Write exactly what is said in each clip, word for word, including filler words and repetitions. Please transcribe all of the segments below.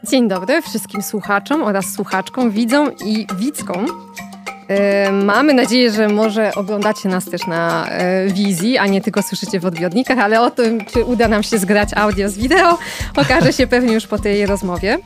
Dzień dobry wszystkim słuchaczom oraz słuchaczkom, widzom i widzkom. E, mamy nadzieję, że może oglądacie nas też na e, wizji, a nie tylko słyszycie w odbiornikach, ale o tym, czy uda nam się zgrać audio z wideo, okaże się pewnie już po tej rozmowie.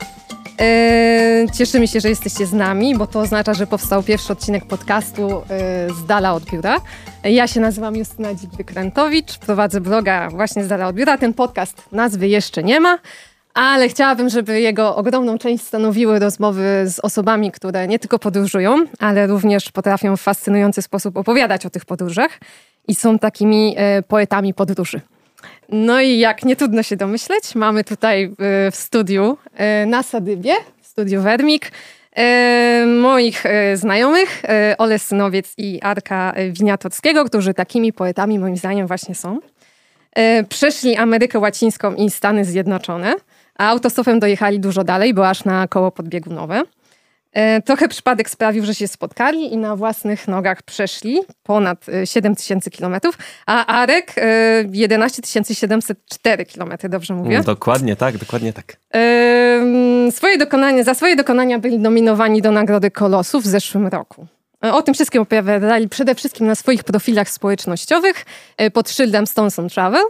E, cieszymy się, że jesteście z nami, bo to oznacza, że powstał pierwszy odcinek podcastu e, z dala od biura. Ja się nazywam Justyna Dzik-Wykrętowicz, prowadzę bloga właśnie z dala od biura. Ten podcast nazwy jeszcze nie ma, ale chciałabym, żeby jego ogromną część stanowiły rozmowy z osobami, które nie tylko podróżują, ale również potrafią w fascynujący sposób opowiadać o tych podróżach i są takimi e, poetami podróży. No i jak nie trudno się domyśleć, mamy tutaj e, w studiu e, na Sadybie, w studiu Wermik, e, moich e, znajomych, e, Ole Synowiec i Arka Winiatowskiego, którzy takimi poetami moim zdaniem właśnie są. E, przeszli Amerykę Łacińską i Stany Zjednoczone, a autostopem dojechali dużo dalej, bo aż na koło podbiegunowe. E, trochę przypadek sprawił, że się spotkali i na własnych nogach przeszli ponad siedem tysięcy kilometrów, a Arek e, jedenaście tysięcy siedemset cztery kilometry, dobrze mówię? No, dokładnie tak, dokładnie tak. E, swoje dokonania, za swoje dokonania byli nominowani do Nagrody Kolosów w zeszłym roku. O tym wszystkim opowiadali przede wszystkim na swoich profilach społecznościowych e, pod szyldem Stones on Travel.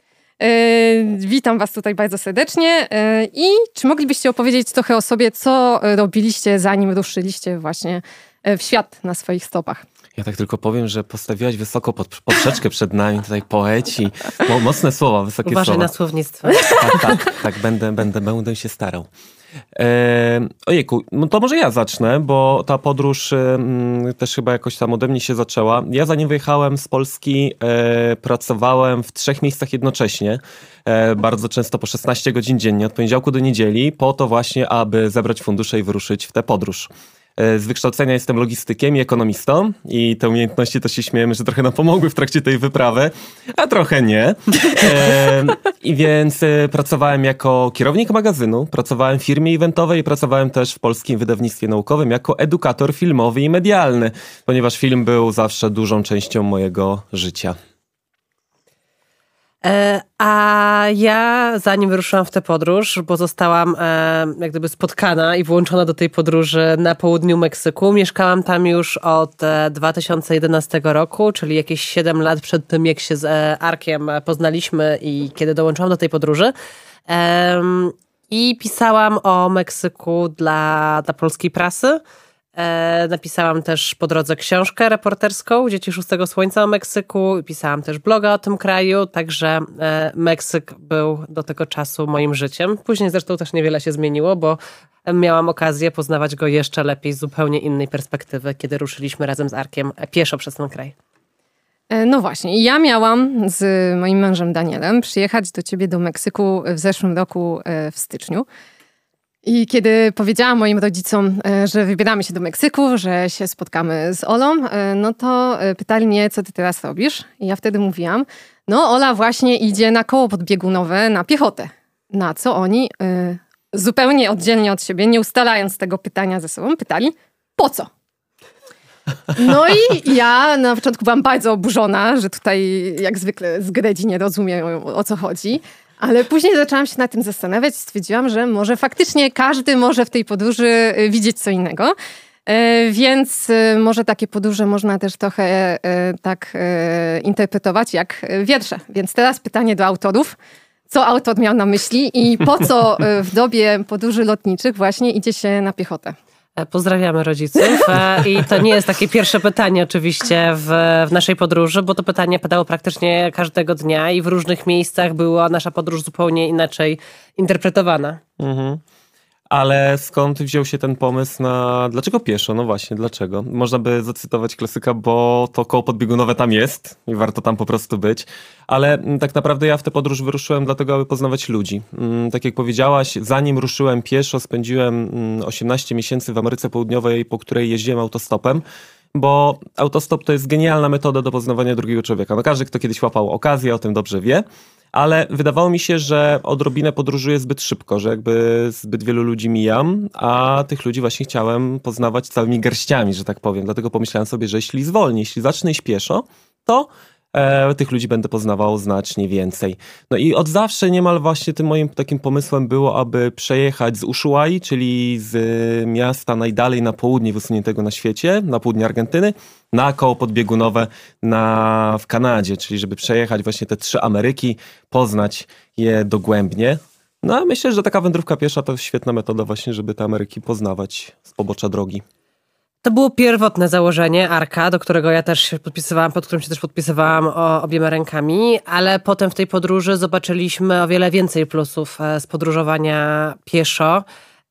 Yy, witam was tutaj bardzo serdecznie yy, i czy moglibyście opowiedzieć trochę o sobie, co robiliście, zanim ruszyliście właśnie w świat na swoich stopach? Ja tak tylko powiem, że postawiłaś wysoko pod, poprzeczkę przed nami, tutaj poeci. Mo, mocne słowa, wysokie Uważaj słowa. na słownictwo. Tak, tak, tak, będę, będę, będę się starał. E, ojejku, no to może ja zacznę, bo ta podróż e, też chyba jakoś tam ode mnie się zaczęła. Ja zanim wyjechałem z Polski, e, pracowałem w trzech miejscach jednocześnie, e, bardzo często po szesnaście godzin dziennie, od poniedziałku do niedzieli, po to właśnie, aby zebrać fundusze i wyruszyć w tę podróż. Z wykształcenia jestem logistykiem i ekonomistą i te umiejętności to się śmiejemy, że trochę nam pomogły w trakcie tej wyprawy, a trochę nie. E, I więc e, pracowałem jako kierownik magazynu, pracowałem w firmie eventowej i pracowałem też w Polskim Wydawnictwie Naukowym jako edukator filmowy i medialny, ponieważ film był zawsze dużą częścią mojego życia. E, a ja zanim wyruszyłam w tę podróż, bo zostałam e, jak gdyby spotkana i włączona do tej podróży na południu Meksyku. Mieszkałam tam już od e, dwa tysiące jedenastego roku, czyli jakieś siedem lat przed tym, jak się z e, Arkiem poznaliśmy i kiedy dołączyłam do tej podróży. E, I pisałam o Meksyku dla, dla polskiej prasy. E, napisałam też po drodze książkę reporterską Dzieci Szóstego Słońca o Meksyku. Pisałam też bloga o tym kraju, także e, Meksyk był do tego czasu moim życiem. Później zresztą też niewiele się zmieniło, bo miałam okazję poznawać go jeszcze lepiej z zupełnie innej perspektywy, kiedy ruszyliśmy razem z Arkiem pieszo przez ten kraj. No właśnie, ja miałam z moim mężem Danielem przyjechać do ciebie do Meksyku w zeszłym roku w styczniu. I kiedy powiedziałam moim rodzicom, że wybieramy się do Meksyku, że się spotkamy z Olą, no to pytali mnie, co ty teraz robisz? I ja wtedy mówiłam, no Ola właśnie idzie na koło podbiegunowe na piechotę. Na co oni y, zupełnie oddzielnie od siebie, nie ustalając tego pytania ze sobą, pytali, po co? No i ja na początku byłam bardzo oburzona, że tutaj jak zwykle z Gredzi nie rozumiem, o co chodzi. Ale później zaczęłam się nad tym zastanawiać i stwierdziłam, że może faktycznie każdy może w tej podróży widzieć co innego. Więc może takie podróże można też trochę tak interpretować jak wiersze. Więc teraz pytanie do autorów. Co autor miał na myśli i po co w dobie podróży lotniczych właśnie idzie się na piechotę? Pozdrawiamy rodziców i to nie jest takie pierwsze pytanie oczywiście w, w naszej podróży, bo to pytanie padało praktycznie każdego dnia i w różnych miejscach była nasza podróż zupełnie inaczej interpretowana. Mhm. Ale skąd wziął się ten pomysł na... Dlaczego pieszo? No właśnie, dlaczego? Można by zacytować klasyka, bo to koło podbiegunowe tam jest i warto tam po prostu być. Ale tak naprawdę ja w tę podróż wyruszyłem dlatego, aby poznawać ludzi. Tak jak powiedziałaś, zanim ruszyłem pieszo, spędziłem osiemnaście miesięcy w Ameryce Południowej, po której jeździłem autostopem, bo autostop to jest genialna metoda do poznawania drugiego człowieka. No każdy, kto kiedyś łapał okazję, o tym dobrze wie. Ale wydawało mi się, że odrobinę podróżuję zbyt szybko, że jakby zbyt wielu ludzi mijam, a tych ludzi właśnie chciałem poznawać całymi garściami, że tak powiem. Dlatego pomyślałem sobie, że jeśli zwolnię, jeśli zacznę iść pieszo, to e, tych ludzi będę poznawał znacznie więcej. No i od zawsze niemal właśnie tym moim takim pomysłem było, aby przejechać z Ushuai, czyli z miasta najdalej na południe wysuniętego na świecie, na południe Argentyny, na koło podbiegunowe na, w Kanadzie, czyli żeby przejechać właśnie te trzy Ameryki, poznać je dogłębnie. No a myślę, że taka wędrówka piesza to świetna metoda właśnie, żeby te Ameryki poznawać z pobocza drogi. To było pierwotne założenie Arka, do którego ja też się podpisywałam, pod którym się też podpisywałam o, obiema rękami, ale potem w tej podróży zobaczyliśmy o wiele więcej plusów z podróżowania pieszo.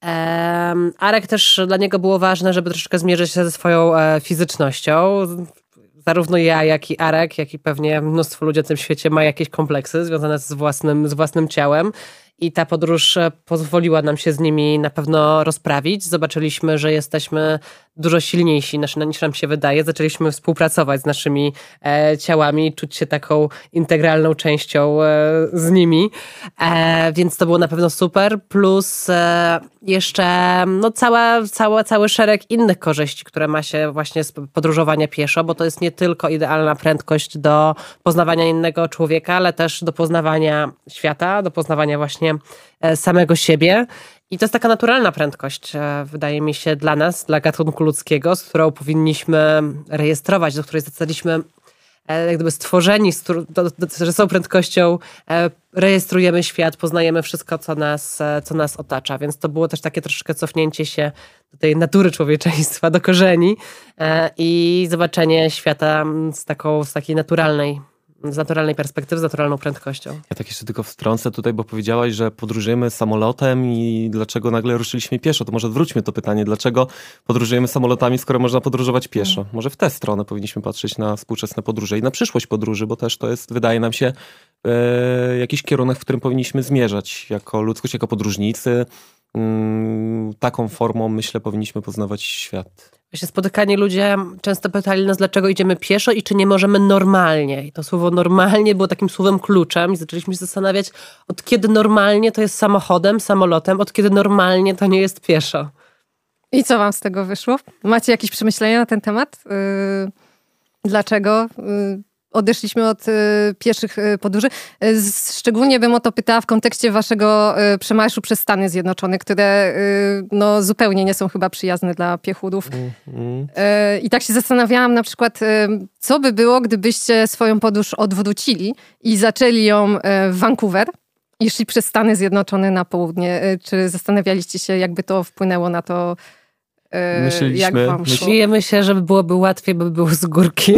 Um, Arek też, dla niego było ważne, żeby troszeczkę zmierzyć się ze swoją e, fizycznością. Zarówno ja, jak i Arek, jak i pewnie mnóstwo ludzi na tym świecie ma jakieś kompleksy związane z własnym, z własnym ciałem. I ta podróż pozwoliła nam się z nimi na pewno rozprawić. Zobaczyliśmy, że jesteśmy dużo silniejsi niż nam się wydaje. Zaczęliśmy współpracować z naszymi e, ciałami, czuć się taką integralną częścią e, z nimi. E, więc to było na pewno super. Plus e, jeszcze no, cała, cała, cały szereg innych korzyści, które ma się właśnie z podróżowania pieszo, bo to jest nie tylko idealna prędkość do poznawania innego człowieka, ale też do poznawania świata, do poznawania właśnie samego siebie. I to jest taka naturalna prędkość, wydaje mi się, dla nas, dla gatunku ludzkiego, z którą powinniśmy rejestrować, do której zostaliśmy jak gdyby stworzeni, że są prędkością, rejestrujemy świat, poznajemy wszystko, co nas, co nas otacza. Więc to było też takie troszeczkę cofnięcie się do tej natury człowieczeństwa, do korzeni i zobaczenie świata z taką, z takiej naturalnej z naturalnej perspektywy, z naturalną prędkością. Ja tak jeszcze tylko wtrącę tutaj, bo powiedziałaś, że podróżujemy samolotem i dlaczego nagle ruszyliśmy pieszo. To może odwróćmy to pytanie. Dlaczego podróżujemy samolotami, skoro można podróżować pieszo? Może w tę stronę powinniśmy patrzeć na współczesne podróże i na przyszłość podróży, bo też to jest, wydaje nam się, e, jakiś kierunek, w którym powinniśmy zmierzać jako ludzkość, jako podróżnicy. Mm, taką formą, myślę, powinniśmy poznawać świat. Właśnie spotykani ludzie często pytali nas, dlaczego idziemy pieszo i czy nie możemy normalnie. I to słowo normalnie było takim słowem kluczem i zaczęliśmy się zastanawiać, od kiedy normalnie to jest samochodem, samolotem, od kiedy normalnie to nie jest pieszo. I co wam z tego wyszło? Macie jakieś przemyślenia na ten temat? Yy, dlaczego yy, odeszliśmy od y, pieszych y, podróży? Y, szczególnie bym o to pytała w kontekście waszego y, przemarszu przez Stany Zjednoczone, które y, no, zupełnie nie są chyba przyjazne dla piechudów. Mm-hmm. Y, I tak się zastanawiałam na przykład, y, co by było, gdybyście swoją podróż odwrócili i zaczęli ją y, w Vancouver i szli przez Stany Zjednoczone na południe. Y, czy zastanawialiście się, jakby to wpłynęło na to, Myśleliśmy, jak wam szło? Śmiejemy się, że byłoby łatwiej, by było z górki.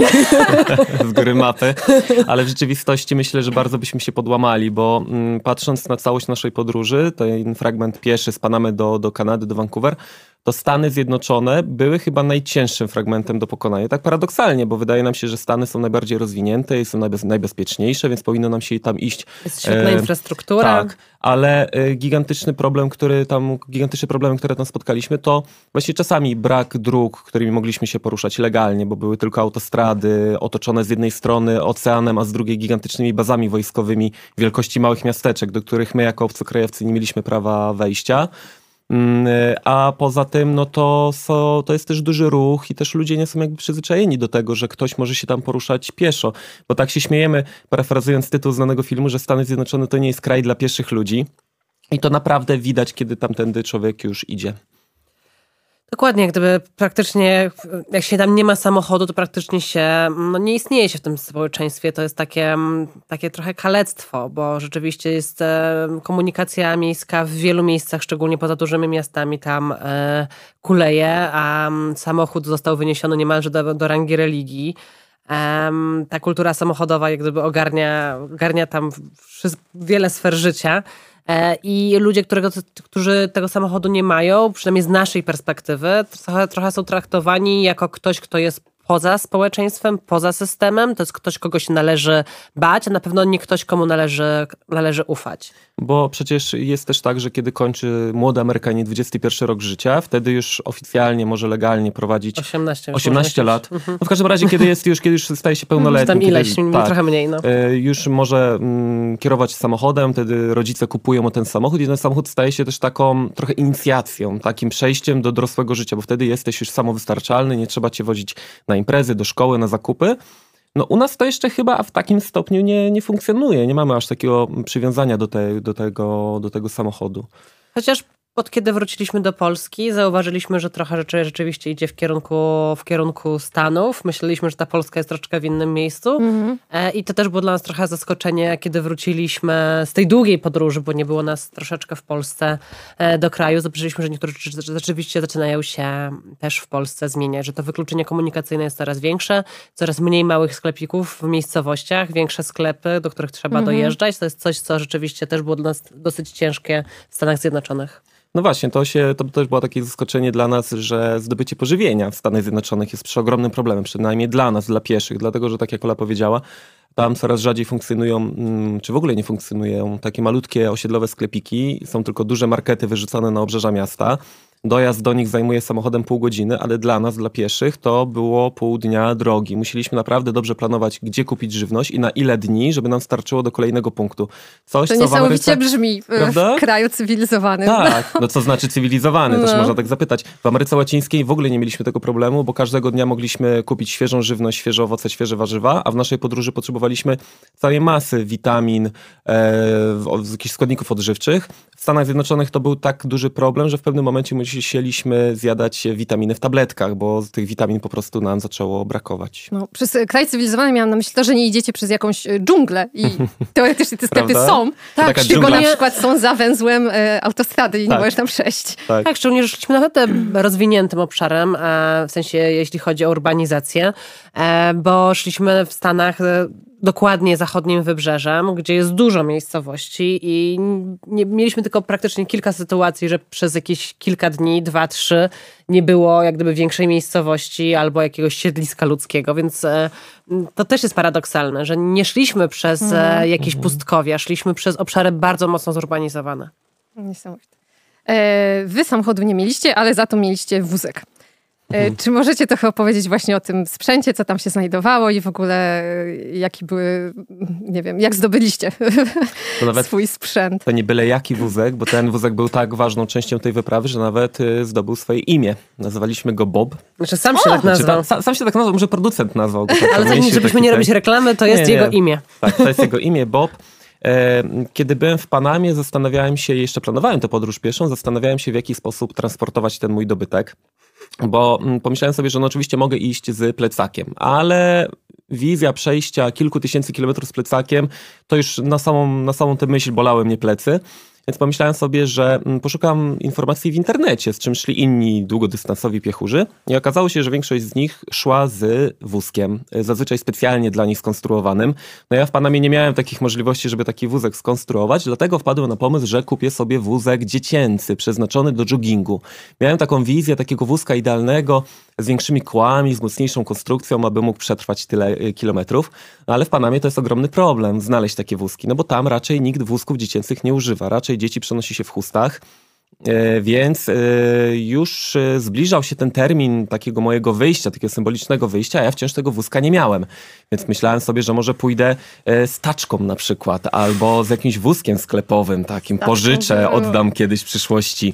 z góry mapy, ale w rzeczywistości myślę, że bardzo byśmy się podłamali, bo mm, patrząc na całość naszej podróży, ten fragment pieszy z Panamy do, do Kanady, do Vancouver, to Stany Zjednoczone były chyba najcięższym fragmentem do pokonania. Tak paradoksalnie, bo wydaje nam się, że Stany są najbardziej rozwinięte i są najbez, najbezpieczniejsze, więc powinno nam się tam iść. Jest świetna e, infrastruktura. Tak, ale e, gigantyczny problem, który tam, gigantyczne problemy, które tam spotkaliśmy, to właśnie czasami brak dróg, którymi mogliśmy się poruszać legalnie, bo były tylko autostrady otoczone z jednej strony oceanem, a z drugiej gigantycznymi bazami wojskowymi wielkości małych miasteczek, do których my jako obcokrajowcy nie mieliśmy prawa wejścia. A poza tym, no to, so, to jest też duży ruch i też ludzie nie są jakby przyzwyczajeni do tego, że ktoś może się tam poruszać pieszo. Bo tak się śmiejemy, parafrazując tytuł znanego filmu, że Stany Zjednoczone to nie jest kraj dla pieszych ludzi. I to naprawdę widać, kiedy tamtędy człowiek już idzie. Dokładnie, gdyby praktycznie, jak się tam nie ma samochodu, to praktycznie się, no nie istnieje się w tym społeczeństwie. To jest takie, takie trochę kalectwo, bo rzeczywiście jest komunikacja miejska w wielu miejscach, szczególnie poza dużymi miastami, tam kuleje, a samochód został wyniesiony niemalże do, do rangi religii. Ta kultura samochodowa jak gdyby ogarnia, ogarnia tam wiele sfer życia. I ludzie, którego, którzy tego samochodu nie mają, przynajmniej z naszej perspektywy, trochę, trochę są traktowani jako ktoś, kto jest poza społeczeństwem, poza systemem. To jest ktoś, kogo się należy bać, a na pewno nie ktoś, komu należy, należy ufać. Bo przecież jest też tak, że kiedy kończy młody Amerykanin dwudziesty pierwszy rok życia, wtedy już oficjalnie może legalnie prowadzić osiemnaście, osiemnaście lat. Mhm. No w każdym razie, kiedy jest już, kiedy już staje się pełnoletni. Tam ileś, kiedy, tak, trochę mniej. No. Już może mm, kierować samochodem, wtedy rodzice kupują mu ten samochód i ten samochód staje się też taką trochę inicjacją, takim przejściem do dorosłego życia, bo wtedy jesteś już samowystarczalny, nie trzeba cię wozić na imprezy, do szkoły, na zakupy. No u nas to jeszcze chyba w takim stopniu nie, nie funkcjonuje. Nie mamy aż takiego przywiązania do, te, do, tego, do tego samochodu. Chociaż od kiedy wróciliśmy do Polski, zauważyliśmy, że trochę rzeczy rzeczywiście idzie w kierunku, w kierunku Stanów. Myśleliśmy, że ta Polska jest troszeczkę w innym miejscu. Mhm. I to też było dla nas trochę zaskoczenie, kiedy wróciliśmy z tej długiej podróży, bo nie było nas troszeczkę w Polsce do kraju. Zobaczyliśmy, że niektóre rzeczy rzeczywiście zaczynają się też w Polsce zmieniać, że to wykluczenie komunikacyjne jest coraz większe, coraz mniej małych sklepików w miejscowościach, większe sklepy, do których trzeba mhm. dojeżdżać. To jest coś, co rzeczywiście też było dla nas dosyć ciężkie w Stanach Zjednoczonych. No właśnie, to, się, to też było takie zaskoczenie dla nas, że zdobycie pożywienia w Stanach Zjednoczonych jest przeogromnym problemem, przynajmniej dla nas, dla pieszych, dlatego że tak jak Ola powiedziała, tam coraz rzadziej funkcjonują, czy w ogóle nie funkcjonują takie malutkie osiedlowe sklepiki, są tylko duże markety wyrzucone na obrzeża miasta. Dojazd do nich zajmuje samochodem pół godziny, ale dla nas, dla pieszych, to było pół dnia drogi. Musieliśmy naprawdę dobrze planować, gdzie kupić żywność i na ile dni, żeby nam starczyło do kolejnego punktu. Coś, to co niesamowicie w Ameryce, brzmi prawda? W kraju cywilizowanym. Tak, no co znaczy cywilizowany, no. też można tak zapytać. W Ameryce Łacińskiej w ogóle nie mieliśmy tego problemu, bo każdego dnia mogliśmy kupić świeżą żywność, świeże owoce, świeże warzywa, a w naszej podróży potrzebowaliśmy całej masy witamin, e, jakichś składników odżywczych. W Stanach Zjednoczonych to był tak duży problem, że w pewnym momencie musieliśmy zjadać witaminy w tabletkach, bo tych witamin po prostu nam zaczęło brakować. No, przez kraj cywilizowany miałam na myśli to, że nie idziecie przez jakąś dżunglę i teoretycznie te sklepy są. Tak, tylko na przykład są za węzłem e, autostrady i tak. nie możesz tam przejść. Tak, tak, szczególnie, że szliśmy naprawdę rozwiniętym obszarem, e, w sensie jeśli chodzi o urbanizację, e, bo szliśmy w Stanach e, dokładnie zachodnim wybrzeżem, gdzie jest dużo miejscowości i nie, mieliśmy tylko praktycznie kilka sytuacji, że przez jakieś kilka dni, dwa, trzy nie było jak gdyby większej miejscowości albo jakiegoś siedliska ludzkiego, więc e, to też jest paradoksalne, że nie szliśmy przez e, jakieś pustkowia, szliśmy przez obszary bardzo mocno zurbanizowane. Niesamowite. E, wy samochodu nie mieliście, ale za to mieliście wózek. Mhm. Czy możecie trochę opowiedzieć właśnie o tym sprzęcie, co tam się znajdowało i w ogóle jaki były, nie wiem, jak zdobyliście swój sprzęt? To nie byle jaki wózek, bo ten wózek był tak ważną częścią tej wyprawy, że nawet zdobył swoje imię. Nazywaliśmy go Bob. Znaczy sam się o, tak nazwał. Znaczy, sam się tak nazwał, może producent nazwał go. Ale tak, żebyśmy nie robić reklamy, to jest nie, jego nie. imię. Tak, to jest jego imię, Bob. Kiedy byłem w Panamie, zastanawiałem się, jeszcze planowałem tę podróż pieszą, zastanawiałem się, w jaki sposób transportować ten mój dobytek. Bo pomyślałem sobie, że no oczywiście mogę iść z plecakiem, ale wizja przejścia kilku tysięcy kilometrów z plecakiem, to już na samą, na samą tę myśl bolały mnie plecy. Więc pomyślałem sobie, że poszukam informacji w internecie, z czym szli inni długodystansowi piechurzy. I okazało się, że większość z nich szła z wózkiem, zazwyczaj specjalnie dla nich skonstruowanym. No ja w Panamie nie miałem takich możliwości, żeby taki wózek skonstruować, dlatego wpadłem na pomysł, że kupię sobie wózek dziecięcy, przeznaczony do joggingu. Miałem taką wizję takiego wózka idealnego, z większymi kołami, z mocniejszą konstrukcją, aby mógł przetrwać tyle kilometrów. No ale w Panamie to jest ogromny problem, znaleźć takie wózki, no bo tam raczej nikt wózków dziecięcych nie używa. Raczej dzieci przenosi się w chustach, więc już zbliżał się ten termin takiego mojego wyjścia, takiego symbolicznego wyjścia, a ja wciąż tego wózka nie miałem. Więc myślałem sobie, że może pójdę z taczką na przykład, albo z jakimś wózkiem sklepowym, takim pożyczę, oddam kiedyś w przyszłości.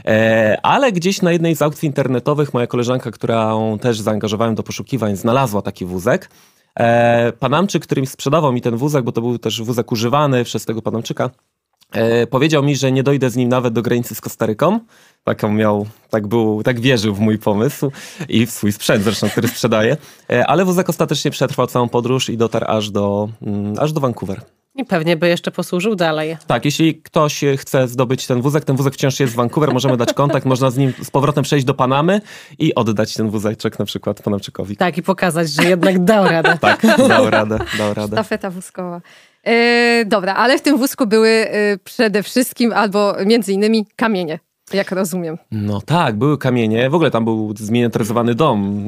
Ale gdzieś na jednej z aukcji internetowych moja koleżanka, którą też zaangażowałem do poszukiwań, znalazła taki wózek. Panamczyk, który mi sprzedawał mi ten wózek, bo to był też wózek używany przez tego Panamczyka, E, powiedział mi, że nie dojdę z nim nawet do granicy z Kostaryką. Taką miał, tak był, tak wierzył w mój pomysł i w swój sprzęt zresztą, który sprzedaje. E, ale wózek ostatecznie przetrwał całą podróż i dotarł aż do, mm, aż do Vancouver. I pewnie by jeszcze posłużył dalej. Tak, jeśli ktoś chce zdobyć ten wózek, ten wózek wciąż jest w Vancouver, możemy dać kontakt, można z nim z powrotem przejść do Panamy i oddać ten wózeczek na przykład Panamczykowi. Tak, i pokazać, że jednak dał radę. Tak, dał radę, dał radę. Sztafeta wózkowa. Yy, dobra, ale w tym wózku były yy, przede wszystkim albo między innymi kamienie, jak rozumiem. No tak, były kamienie. W ogóle tam był zminiaturyzowany dom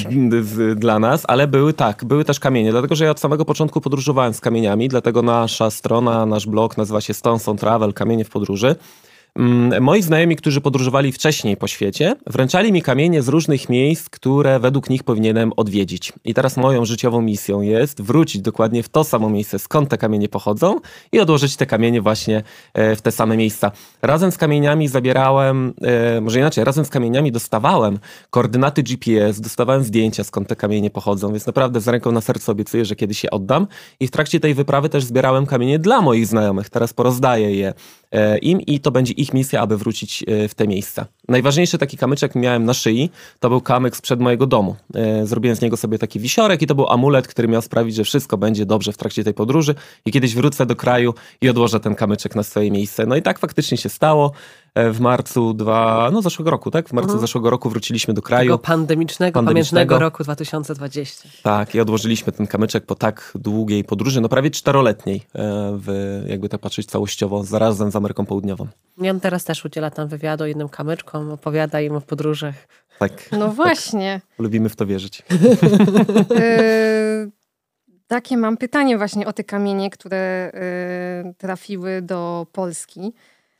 dla nas, ale były tak, były też kamienie. Dlatego, że ja od samego początku podróżowałem z kamieniami, dlatego nasza strona, nasz blog nazywa się Stones on Travel, Kamienie w podróży. Moi znajomi, którzy podróżowali wcześniej po świecie, wręczali mi kamienie z różnych miejsc, które według nich powinienem odwiedzić. I teraz moją życiową misją jest wrócić dokładnie w to samo miejsce, skąd te kamienie pochodzą i odłożyć te kamienie właśnie w te same miejsca. Razem z kamieniami zabierałem, może inaczej, razem z kamieniami dostawałem koordynaty G P S, dostawałem zdjęcia, skąd te kamienie pochodzą, więc naprawdę z ręką na sercu obiecuję, że kiedyś je oddam. I w trakcie tej wyprawy też zbierałem kamienie dla moich znajomych. Teraz porozdaję je im i to będzie ich misja, aby wrócić w te miejsca. Najważniejszy taki kamyczek miałem na szyi, to był kamyk sprzed mojego domu. Zrobiłem z niego sobie taki wisiorek i to był amulet, który miał sprawić, że wszystko będzie dobrze w trakcie tej podróży i kiedyś wrócę do kraju i odłożę ten kamyczek na swoje miejsce. No i tak faktycznie się stało. W marcu dwa, no zeszłego roku, tak? W marcu mhm. zeszłego roku wróciliśmy do kraju. Tego pandemicznego, pandemicznego, pamiętnego roku dwa tysiące dwudziestego. Tak, i odłożyliśmy ten kamyczek po tak długiej podróży, no prawie czteroletniej, w, jakby tak patrzeć całościowo, zarazem z Ameryką Południową. I on teraz też udziela tam wywiadu jednym kamyczkom, opowiada im o podróżach. Tak. No właśnie. Tak. Lubimy w to wierzyć. y- takie mam pytanie właśnie o te kamienie, które y- trafiły do Polski.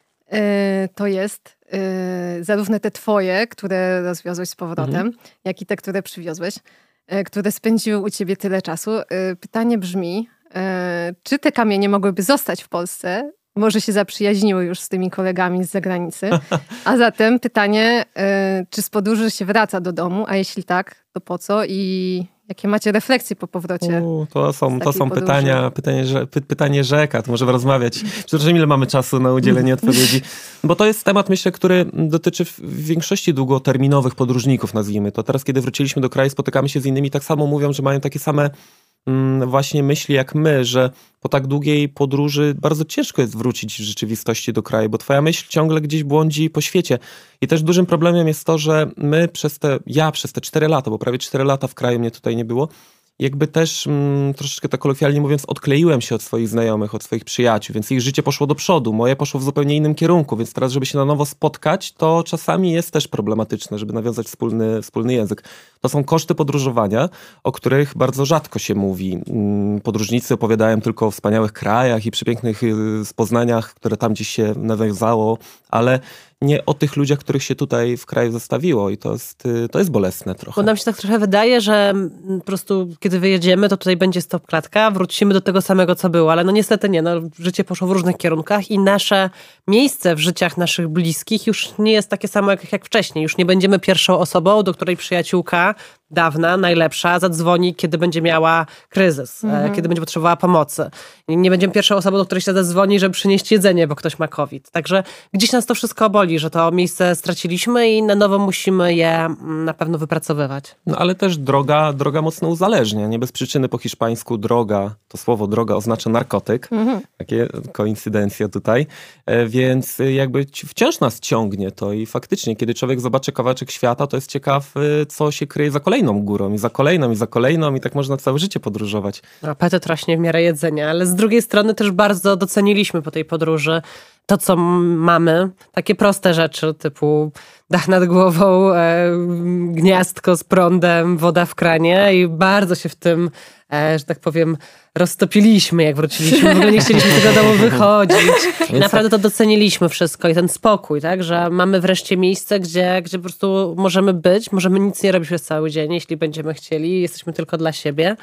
To jest y, zarówno te twoje, które rozwiozłeś z powrotem, mhm. jak i te, które przywiozłeś, y, które spędziły u ciebie tyle czasu. Y, pytanie brzmi, y, czy te kamienie mogłyby zostać w Polsce? Może się zaprzyjaźniły już z tymi kolegami z zagranicy. A zatem pytanie, y, czy z podróży się wraca do domu, a jeśli tak, to po co i jakie macie refleksje po powrocie? U, to są, to są pytania, pytanie, py, pytanie rzeka, to możemy rozmawiać. Przepraszam, ile mamy czasu na udzielenie odpowiedzi? Bo to jest temat, myślę, który dotyczy w większości długoterminowych podróżników, nazwijmy to. Teraz, kiedy wróciliśmy do kraju, spotykamy się z innymi, tak samo mówią, że mają takie same mm, właśnie myśli jak my, że po tak długiej podróży bardzo ciężko jest wrócić w rzeczywistości do kraju, bo twoja myśl ciągle gdzieś błądzi po świecie. I też dużym problemem jest to, że my przez te, ja przez te cztery lata, bo prawie cztery lata w kraju mnie tutaj nie było, jakby też mm, troszeczkę tak kolokwialnie mówiąc, odkleiłem się od swoich znajomych, od swoich przyjaciół, więc ich życie poszło do przodu, moje poszło w zupełnie innym kierunku, więc teraz, żeby się na nowo spotkać, to czasami jest też problematyczne, żeby nawiązać wspólny, wspólny język. To są koszty podróżowania, o których bardzo rzadko się mówi. Podróżnicy opowiadają tylko o wspaniałych krajach i przepięknych poznaniach, które tam gdzieś się nawiązało, ale nie o tych ludziach, których się tutaj w kraju zostawiło i to jest, to jest bolesne trochę. Bo nam się tak trochę wydaje, że po prostu kiedy wyjedziemy, to tutaj będzie stop klatka, wrócimy do tego samego, co było, ale no niestety nie, no życie poszło w różnych kierunkach i nasze miejsce w życiach naszych bliskich już nie jest takie samo jak, jak wcześniej. Już nie będziemy pierwszą osobą, do której przyjaciółka dawna, najlepsza, zadzwoni, kiedy będzie miała kryzys, mhm. kiedy będzie potrzebowała pomocy. Nie będziemy pierwszą osobą, do której się zadzwoni, żeby przynieść jedzenie, bo ktoś ma COVID. Także gdzieś nas to wszystko boli, że to miejsce straciliśmy i na nowo musimy je na pewno wypracowywać. No ale też droga, droga mocno uzależnia. Nie bez przyczyny po hiszpańsku droga, to słowo droga oznacza narkotyk. Mhm. Takie koincydencja tutaj. Więc jakby wciąż nas ciągnie to i faktycznie, kiedy człowiek zobaczy kawałeczek świata, to jest ciekaw, co się kryje za kolejną górą i za kolejną i za kolejną i tak można całe życie podróżować. Apetyt rośnie w miarę jedzenia, ale z drugiej strony też bardzo doceniliśmy po tej podróży to, co mamy, takie proste rzeczy typu dach nad głową, e, gniazdko z prądem, woda w kranie i bardzo się w tym, e, że tak powiem, roztopiliśmy, jak wróciliśmy. W ogóle nie chcieliśmy z tego domu wychodzić. I naprawdę to doceniliśmy wszystko i ten spokój, tak, że mamy wreszcie miejsce, gdzie, gdzie po prostu możemy być, możemy nic nie robić przez cały dzień, jeśli będziemy chcieli, jesteśmy tylko dla siebie.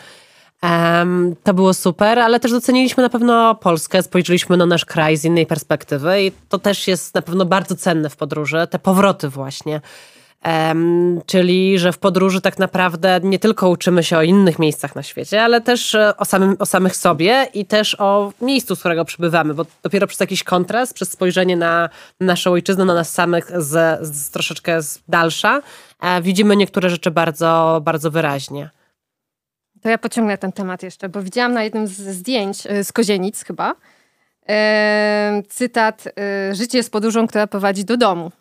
Um, to było super, ale też doceniliśmy na pewno Polskę, spojrzeliśmy na nasz kraj z innej perspektywy i to też jest na pewno bardzo cenne w podróży, te powroty właśnie. Um, czyli, że w podróży tak naprawdę nie tylko uczymy się o innych miejscach na świecie, ale też o, samym, o samych sobie i też o miejscu, z którego przybywamy, bo dopiero przez jakiś kontrast, przez spojrzenie na naszą ojczyznę, na nas samych z, z troszeczkę z dalsza, e, widzimy niektóre rzeczy bardzo, bardzo wyraźnie. To ja pociągnę ten temat jeszcze, bo widziałam na jednym z zdjęć z Kozienic chyba e, cytat e, życie jest podróżą, która prowadzi do domu.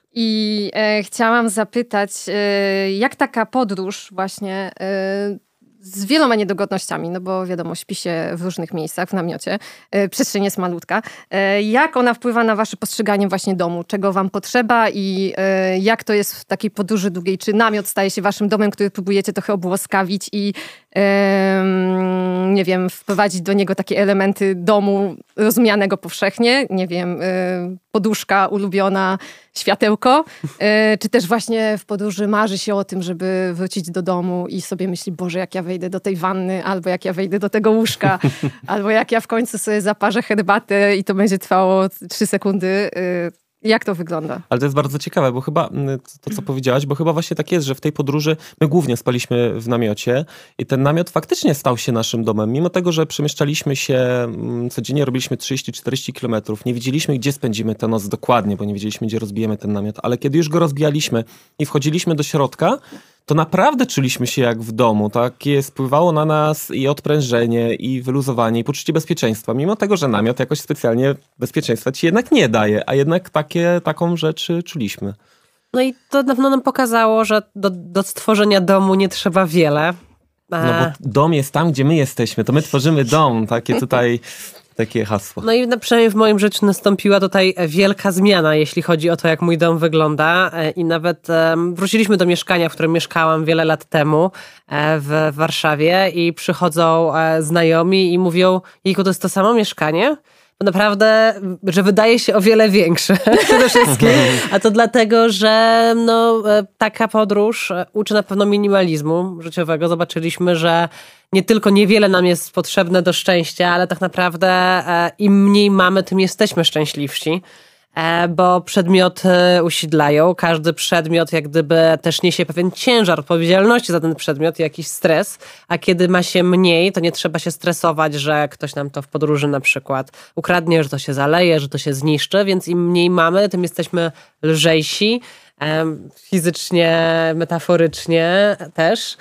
I e, chciałam zapytać, e, jak taka podróż właśnie e, z wieloma niedogodnościami, no bo wiadomo, śpi się w różnych miejscach, w namiocie. E, przestrzeń jest malutka. E, jak ona wpływa na wasze postrzeganie właśnie domu? Czego wam potrzeba i e, jak to jest w takiej podróży długiej? Czy namiot staje się waszym domem, który próbujecie trochę obłoskawić i e, nie wiem, wprowadzić do niego takie elementy domu rozumianego powszechnie? Nie wiem, e, poduszka ulubiona, światełko? E, czy też właśnie w podróży marzy się o tym, żeby wrócić do domu i sobie myśli, Boże, jak ja wejdę do tej wanny, albo jak ja wejdę do tego łóżka, albo jak ja w końcu sobie zaparzę herbatę i to będzie trwało trzy sekundy. Jak to wygląda? Ale to jest bardzo ciekawe, bo chyba to, co powiedziałaś, bo chyba właśnie tak jest, że w tej podróży my głównie spaliśmy w namiocie i ten namiot faktycznie stał się naszym domem. Mimo tego, że przemieszczaliśmy się, codziennie robiliśmy trzydzieści czterdzieści kilometrów, nie wiedzieliśmy, gdzie spędzimy tę noc dokładnie, bo nie wiedzieliśmy, gdzie rozbijemy ten namiot, ale kiedy już go rozbijaliśmy i wchodziliśmy do środka, to naprawdę czuliśmy się jak w domu, takie spływało na nas i odprężenie, i wyluzowanie, i poczucie bezpieczeństwa, mimo tego, że namiot jakoś specjalnie bezpieczeństwa ci jednak nie daje, a jednak takie, taką rzecz czuliśmy. No i to na pewno nam pokazało, że do, do stworzenia domu nie trzeba wiele. No bo dom jest tam, gdzie my jesteśmy, to my tworzymy dom, takie tutaj... Takie hasło. No i na, przynajmniej w moim życiu nastąpiła tutaj wielka zmiana, jeśli chodzi o to, jak mój dom wygląda. I nawet um, wróciliśmy do mieszkania, w którym mieszkałam wiele lat temu e, w Warszawie i przychodzą e, znajomi i mówią, jejku, to jest to samo mieszkanie? Bo naprawdę, że wydaje się o wiele większe przede wszystkim. A to dlatego, że no, taka podróż uczy na pewno minimalizmu życiowego. Zobaczyliśmy, że nie tylko niewiele nam jest potrzebne do szczęścia, ale tak naprawdę im mniej mamy, tym jesteśmy szczęśliwsi. Bo przedmioty usidlają. Każdy przedmiot jak gdyby też niesie pewien ciężar odpowiedzialności za ten przedmiot, jakiś stres, a kiedy ma się mniej, to nie trzeba się stresować, że ktoś nam to w podróży na przykład ukradnie, że to się zaleje, że to się zniszczy, więc im mniej mamy, tym jesteśmy lżejsi, fizycznie, metaforycznie też.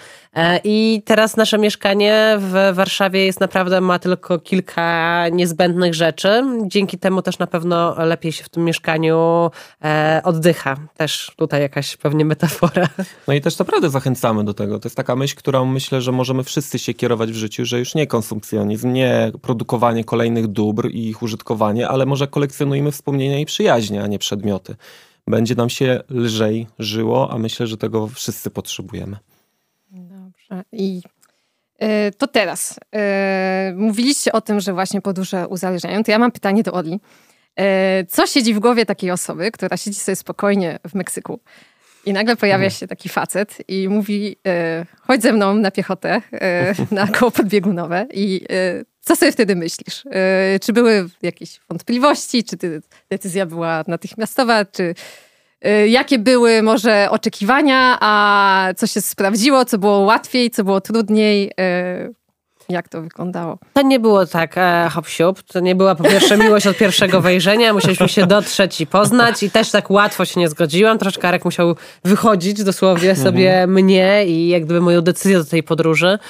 I teraz nasze mieszkanie w Warszawie jest naprawdę, ma tylko kilka niezbędnych rzeczy. Dzięki temu też na pewno lepiej się w tym mieszkaniu oddycha. Też tutaj jakaś pewnie metafora. No i też naprawdę zachęcamy do tego. To jest taka myśl, którą myślę, że możemy wszyscy się kierować w życiu, że już nie konsumpcjonizm, nie produkowanie kolejnych dóbr i ich użytkowanie, ale może kolekcjonujmy wspomnienia i przyjaźnie, a nie przedmioty. Będzie nam się lżej żyło, a myślę, że tego wszyscy potrzebujemy. Dobrze. I y, to teraz. Y, mówiliście o tym, że właśnie podróże uzależniają. To ja mam pytanie do Oli. Y, co siedzi w głowie takiej osoby, która siedzi sobie spokojnie w Meksyku i nagle pojawia się taki facet i mówi, y, chodź ze mną na piechotę, y, na koło podbiegunowe i y, co sobie wtedy myślisz? Y, czy były jakieś wątpliwości? Czy ty, decyzja była natychmiastowa? Czy y, jakie były może oczekiwania? A co się sprawdziło? Co było łatwiej? Co było trudniej? Y, jak to wyglądało? To nie było tak e, hop-siup. To nie była po pierwsze miłość od pierwszego wejrzenia. Musieliśmy się dotrzeć i poznać i też tak łatwo się nie zgodziłam. Troszeczkę Arek musiał wychodzić dosłownie sobie mhm. mnie i jak gdyby moją decyzję do tej podróży.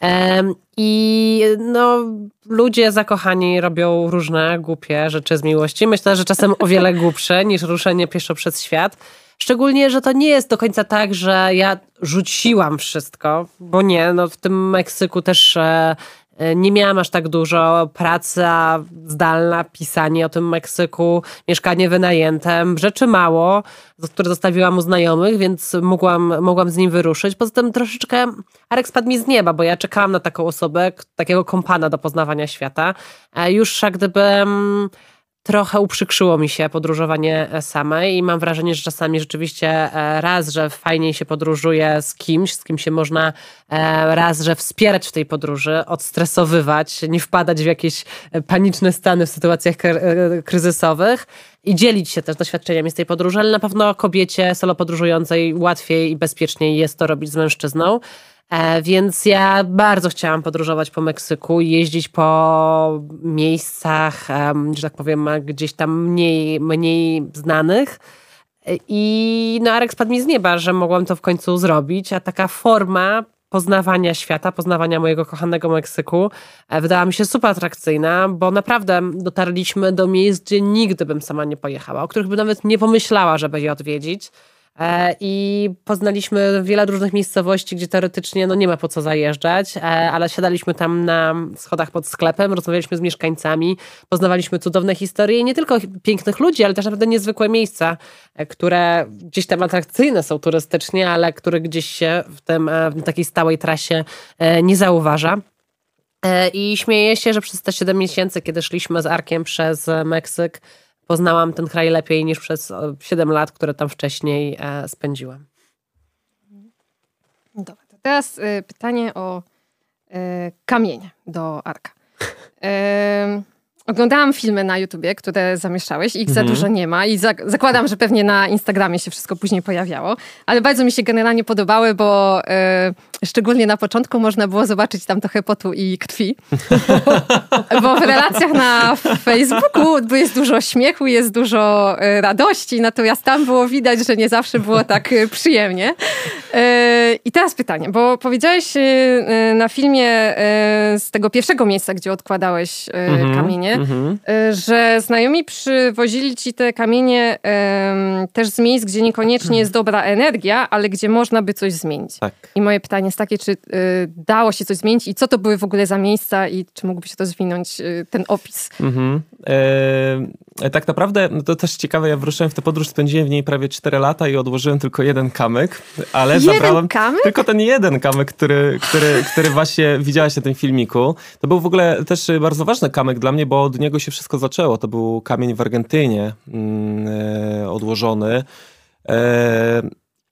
I no, ludzie zakochani robią różne głupie rzeczy z miłości. Myślę, że czasem o wiele głupsze niż ruszenie pieszo przez świat. Szczególnie, że to nie jest do końca tak, że ja rzuciłam wszystko, bo nie, no w tym Meksyku też e, nie miałam aż tak dużo. Praca zdalna, pisanie o tym Meksyku, mieszkanie wynajęte, rzeczy mało, które zostawiłam u znajomych, więc mogłam, mogłam z nim wyruszyć. Poza tym troszeczkę Arek spadł mi z nieba, bo ja czekałam na taką osobę, takiego kompana do poznawania świata. Już jak gdyby trochę uprzykrzyło mi się podróżowanie samej i mam wrażenie, że czasami rzeczywiście raz, że fajniej się podróżuje z kimś, z kim się można raz, że wspierać w tej podróży, odstresowywać, nie wpadać w jakieś paniczne stany w sytuacjach kryzysowych i dzielić się też doświadczeniami z tej podróży, ale na pewno kobiecie solo podróżującej łatwiej i bezpieczniej jest to robić z mężczyzną. Więc ja bardzo chciałam podróżować po Meksyku i jeździć po miejscach, że tak powiem, gdzieś tam mniej, mniej znanych. I no, Arek spadł mi z nieba, że mogłam to w końcu zrobić, a taka forma poznawania świata, poznawania mojego kochanego Meksyku wydała mi się super atrakcyjna, bo naprawdę dotarliśmy do miejsc, gdzie nigdy bym sama nie pojechała, o których bym nawet nie pomyślała, żeby je odwiedzić. I poznaliśmy wiele różnych miejscowości, gdzie teoretycznie no, nie ma po co zajeżdżać, ale siadaliśmy tam na schodach pod sklepem, rozmawialiśmy z mieszkańcami, poznawaliśmy cudowne historie i nie tylko pięknych ludzi, ale też naprawdę niezwykłe miejsca, które gdzieś tam atrakcyjne są turystycznie, ale które gdzieś się w, tym, w takiej stałej trasie nie zauważa. I śmieję się, że przez te siedem miesięcy, kiedy szliśmy z Arkiem przez Meksyk, poznałam ten kraj lepiej niż przez siedem lat, które tam wcześniej spędziłam. Dobra, to teraz y, pytanie o y, kamienie do Arka. Y, Oglądałam filmy na YouTubie, które zamieszczałeś. Ich za Mhm. dużo nie ma i za, zakładam, że pewnie na Instagramie się wszystko później pojawiało. Ale bardzo mi się generalnie podobały, bo y, szczególnie na początku można było zobaczyć tam trochę potu i krwi. Bo w relacjach na Facebooku jest dużo śmiechu, jest dużo y, radości, natomiast tam było widać, że nie zawsze było tak y, przyjemnie. Y, I teraz pytanie, bo powiedziałeś y, y, na filmie y, z tego pierwszego miejsca, gdzie odkładałeś y, Mhm. kamienie, Mhm. y, że znajomi przywozili ci te kamienie y, też z miejsc, gdzie niekoniecznie jest dobra energia, ale gdzie można by coś zmienić. Tak. I moje pytanie jest takie, czy y, dało się coś zmienić i co to były w ogóle za miejsca i czy mógłbyś rozwinąć y, ten opis? Mhm. E, tak naprawdę, no to też ciekawe, ja wyruszyłem w tę podróż, spędziłem w niej prawie cztery lata i odłożyłem tylko jeden kamyk, ale Jeden zabrałem kamyk? tylko ten jeden kamyk, który, który, który właśnie widziałaś na tym filmiku. To był w ogóle też bardzo ważny kamyk dla mnie, bo od niego się wszystko zaczęło. To był kamień w Argentynie mm, e, odłożony. E,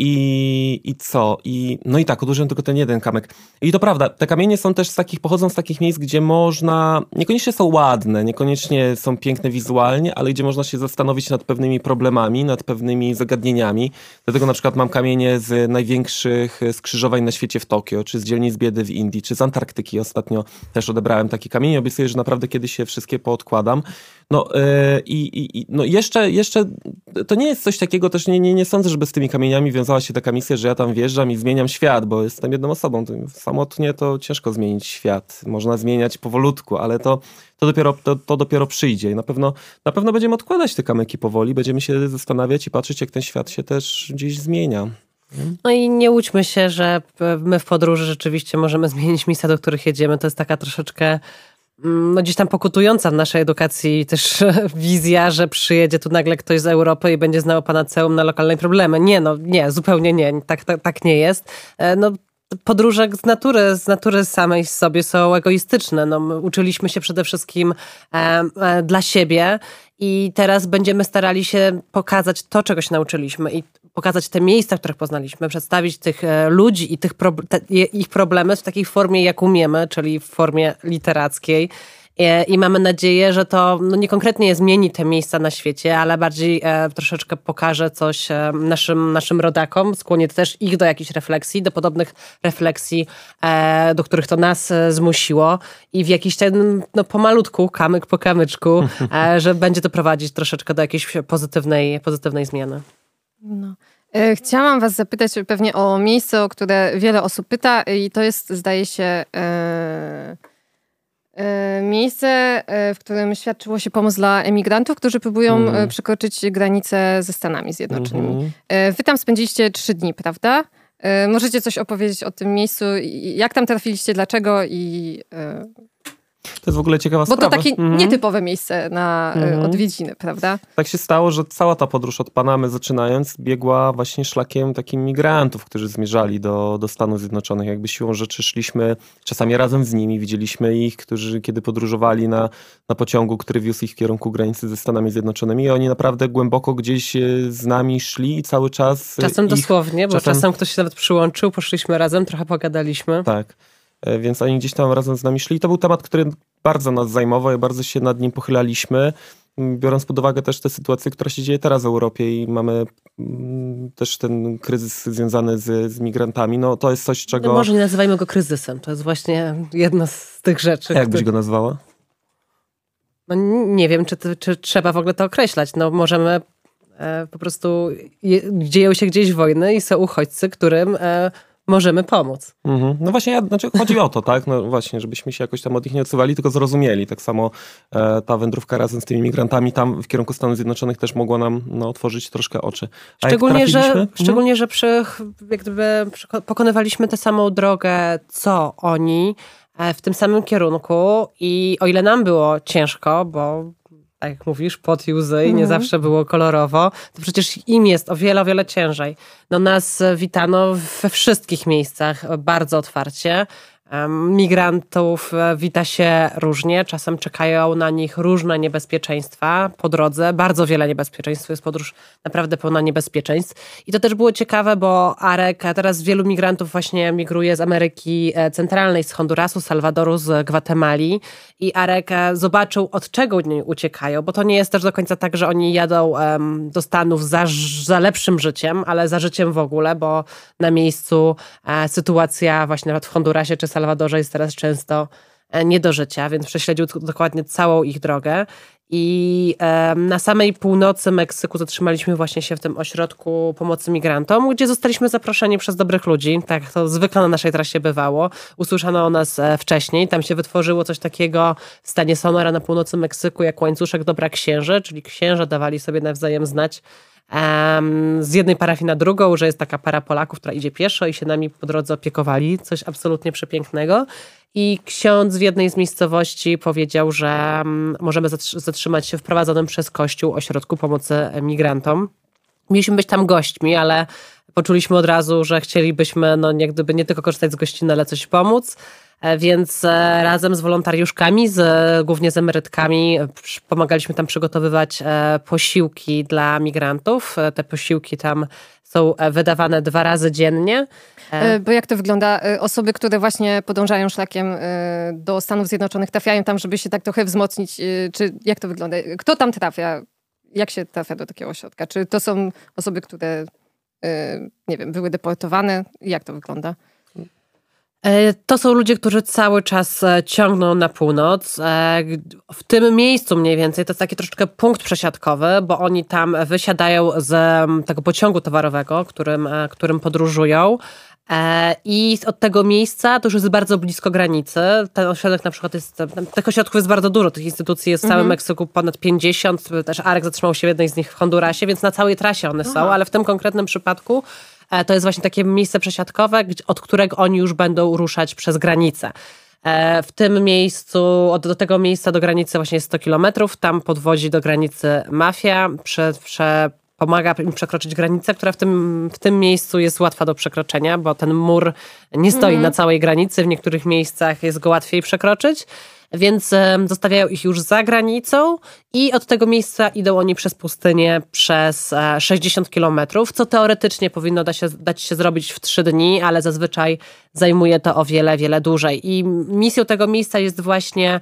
I, I co? I, no i tak, odłożyłem tylko ten jeden kamyk. I to prawda, te kamienie są też z takich, pochodzą z takich miejsc, gdzie można, niekoniecznie są ładne, niekoniecznie są piękne wizualnie, ale gdzie można się zastanowić nad pewnymi problemami, nad pewnymi zagadnieniami. Dlatego na przykład mam kamienie z największych skrzyżowań na świecie w Tokio, czy z dzielnic biedy w Indii, czy z Antarktyki. Ostatnio też odebrałem takie kamienie. Obiecuję, że naprawdę kiedyś się wszystkie poodkładam. No yy, i, i no jeszcze, jeszcze to nie jest coś takiego, też nie, nie, nie sądzę, żeby z tymi kamieniami wiązała się taka misja, że ja tam wjeżdżam i zmieniam świat, bo jestem jedną osobą. To samotnie to ciężko zmienić świat. Można zmieniać powolutku, ale to, to, dopiero, to, to dopiero przyjdzie. I na pewno, na pewno będziemy odkładać te kamyki powoli, będziemy się zastanawiać i patrzeć, jak ten świat się też gdzieś zmienia. No i nie łudźmy się, że my w podróży rzeczywiście możemy zmienić miejsca, do których jedziemy. To jest taka troszeczkę no gdzieś tam pokutująca w naszej edukacji też wizja, że przyjedzie tu nagle ktoś z Europy i będzie znał panaceum na lokalne problemy. Nie, no nie, zupełnie nie. Tak, tak, tak nie jest. No podróże z natury, z natury samej sobie są egoistyczne. No, my uczyliśmy się przede wszystkim e, e, dla siebie i teraz będziemy starali się pokazać to, czego się nauczyliśmy i pokazać te miejsca, których poznaliśmy, przedstawić tych e, ludzi i tych pro, te, ich problemy w takiej formie, jak umiemy, czyli w formie literackiej. I mamy nadzieję, że to no nie konkretnie zmieni te miejsca na świecie, ale bardziej e, troszeczkę pokaże coś e, naszym, naszym rodakom, skłoni też ich do jakichś refleksji, do podobnych refleksji, e, do których to nas e, zmusiło i w jakiś ten, no pomalutku, kamyk po kamyczku, e, że będzie to prowadzić troszeczkę do jakiejś pozytywnej, pozytywnej zmiany. No. Chciałam was zapytać pewnie o miejsce, o które wiele osób pyta i to jest, zdaje się... Yy... Miejsce, w którym świadczyło się pomoc dla emigrantów, którzy próbują mm. przekroczyć granicę ze Stanami Zjednoczonymi. Mm-hmm. Wy tam spędziliście trzy dni, prawda? Możecie coś opowiedzieć o tym miejscu? Jak tam trafiliście? Dlaczego? I... To jest w ogóle ciekawa Bo sprawa. to takie mm-hmm. nietypowe miejsce na mm-hmm. odwiedziny, prawda? Tak się stało, że cała ta podróż od Panamy zaczynając biegła właśnie szlakiem takim migrantów, którzy zmierzali do, do Stanów Zjednoczonych. Jakby siłą rzeczy szliśmy czasami razem z nimi, widzieliśmy ich, którzy kiedy podróżowali na, na pociągu, który wiózł ich w kierunku granicy ze Stanami Zjednoczonymi i oni naprawdę głęboko gdzieś z nami szli i cały czas... Czasem ich, dosłownie, bo czasem... czasem ktoś się nawet przyłączył, poszliśmy razem, trochę pogadaliśmy. Tak. Więc oni gdzieś tam razem z nami szli. To był temat, który bardzo nas zajmował i bardzo się nad nim pochylaliśmy, biorąc pod uwagę też tę sytuację, która się dzieje teraz w Europie i mamy też ten kryzys związany z, z migrantami. No to jest coś, czego... No może nie nazywajmy go kryzysem. To jest właśnie jedna z tych rzeczy. Jak byś który... go nazwała? No nie wiem, czy, czy trzeba w ogóle to określać. No możemy e, po prostu... Je, dzieją się gdzieś wojny i są uchodźcy, którym... E, możemy pomóc. Mhm. No właśnie, ja, znaczy chodzi o to, tak? No właśnie, żebyśmy się jakoś tam od nich nie odsuwali, tylko zrozumieli. Tak samo e, ta wędrówka razem z tymi migrantami tam w kierunku Stanów Zjednoczonych też mogła nam no, otworzyć troszkę oczy. A Szczególnie, że, mhm. szczególnie, że przy, jak gdyby pokonywaliśmy tę samą drogę, co oni, w tym samym kierunku i o ile nam było ciężko, bo tak jak mówisz, pot i łzy i nie Mhm. zawsze było kolorowo, to przecież im jest o wiele, o wiele ciężej. No nas witano we wszystkich miejscach bardzo otwarcie. Migrantów wita się różnie, czasem czekają na nich różne niebezpieczeństwa po drodze. Bardzo wiele niebezpieczeństw, to jest podróż naprawdę pełna niebezpieczeństw. I to też było ciekawe, bo Arek, a teraz wielu migrantów właśnie migruje z Ameryki Centralnej, z Hondurasu, Salwadoru, z Gwatemali. I Arek zobaczył, od czego oni uciekają, bo to nie jest też do końca tak, że oni jadą um, do Stanów za, za lepszym życiem, ale za życiem w ogóle, bo na miejscu e, sytuacja właśnie nawet w Hondurasie czy Salwadorze jest teraz często nie do życia, więc prześledził dokładnie całą ich drogę. I e, na samej północy Meksyku zatrzymaliśmy właśnie się w tym ośrodku pomocy migrantom, gdzie zostaliśmy zaproszeni przez dobrych ludzi, tak jak to zwykle na naszej trasie bywało. Usłyszano o nas e, wcześniej, tam się wytworzyło coś takiego w stanie Sonora na północy Meksyku jak łańcuszek dobra księży, czyli księża dawali sobie nawzajem znać Um, z jednej parafii na drugą, że jest taka para Polaków, która idzie pieszo i się nami po drodze opiekowali. Coś absolutnie przepięknego. I ksiądz w jednej z miejscowości powiedział, że um, możemy zatrzymać się w prowadzonym przez Kościół ośrodku pomocy migrantom. Mieliśmy być tam gośćmi, ale poczuliśmy od razu, że chcielibyśmy no, jak gdyby nie tylko korzystać z gościny, ale coś pomóc. Więc razem z wolontariuszkami, z, głównie z emerytkami, pomagaliśmy tam przygotowywać posiłki dla migrantów. Te posiłki tam są wydawane dwa razy dziennie. Bo jak to wygląda? Osoby, które właśnie podążają szlakiem do Stanów Zjednoczonych, trafiają tam, żeby się tak trochę wzmocnić? Czy jak to wygląda? Kto tam trafia? Jak się trafia do takiego ośrodka? Czy to są osoby, które, nie wiem, były deportowane? Jak to wygląda? To są ludzie, którzy cały czas ciągną na północ. W tym miejscu mniej więcej to jest taki troszeczkę punkt przesiadkowy, bo oni tam wysiadają z tego pociągu towarowego, którym, którym podróżują. I od tego miejsca to już jest bardzo blisko granicy. Ten ośrodek na przykład jest, tych ośrodków jest bardzo dużo, tych instytucji jest w całym mhm. Meksyku ponad pięćdziesiąt. Też Arek zatrzymał się w jednej z nich w Hondurasie, więc na całej trasie one Aha. są, ale w tym konkretnym przypadku to jest właśnie takie miejsce przesiadkowe, od którego oni już będą ruszać przez granicę. W tym miejscu, od do tego miejsca do granicy właśnie jest sto kilometrów, tam podwozi do granicy mafia, prze, prze, pomaga im przekroczyć granicę, która w tym, w tym miejscu jest łatwa do przekroczenia, bo ten mur nie stoi mhm. na całej granicy, w niektórych miejscach jest go łatwiej przekroczyć. Więc zostawiają ich już za granicą i od tego miejsca idą oni przez pustynię przez sześćdziesiąt kilometrów, co teoretycznie powinno da się, dać się zrobić w trzy dni, ale zazwyczaj zajmuje to o wiele, wiele dłużej. I misją tego miejsca jest właśnie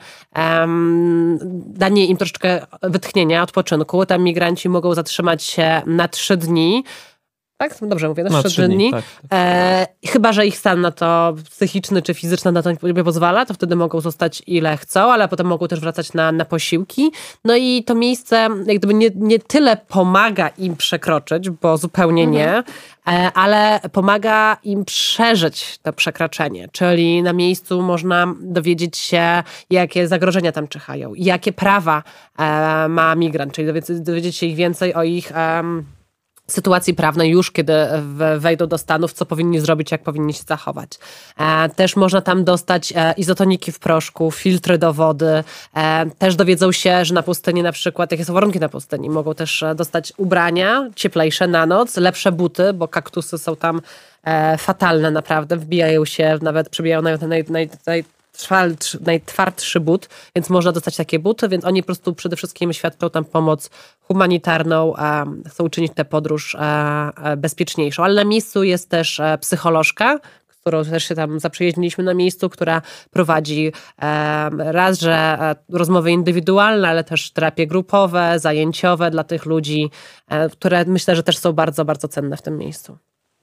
um, danie im troszeczkę wytchnienia, odpoczynku. Tam migranci mogą zatrzymać się na trzy dni. Tak? Dobrze mówię, na trzy dni. Tak, tak. E, chyba że ich stan na to psychiczny czy fizyczny na to nie pozwala, to wtedy mogą zostać ile chcą, ale potem mogą też wracać na, na posiłki. No i to miejsce jak gdyby nie, nie tyle pomaga im przekroczyć, bo zupełnie mhm. nie, e, ale pomaga im przeżyć to przekroczenie. Czyli na miejscu można dowiedzieć się, jakie zagrożenia tam czyhają, jakie prawa e, ma migrant, czyli dowiedzieć, dowiedzieć się ich więcej o ich e, sytuacji prawnej już, kiedy wejdą do Stanów, co powinni zrobić, jak powinni się zachować. Też można tam dostać izotoniki w proszku, filtry do wody. Też dowiedzą się, że na pustyni na przykład, jakie są warunki na pustyni, mogą też dostać ubrania cieplejsze na noc, lepsze buty, bo kaktusy są tam fatalne naprawdę, wbijają się, nawet przebijają nawet naj, naj, naj, najtwardszy but, więc można dostać takie buty, więc oni po prostu przede wszystkim świadczą tam pomoc humanitarną, chcą uczynić tę podróż bezpieczniejszą. Ale na miejscu jest też psycholożka, którą też się tam zaprzyjaźniliśmy na miejscu, która prowadzi raz, że rozmowy indywidualne, ale też terapie grupowe, zajęciowe dla tych ludzi, które myślę, że też są bardzo, bardzo cenne w tym miejscu.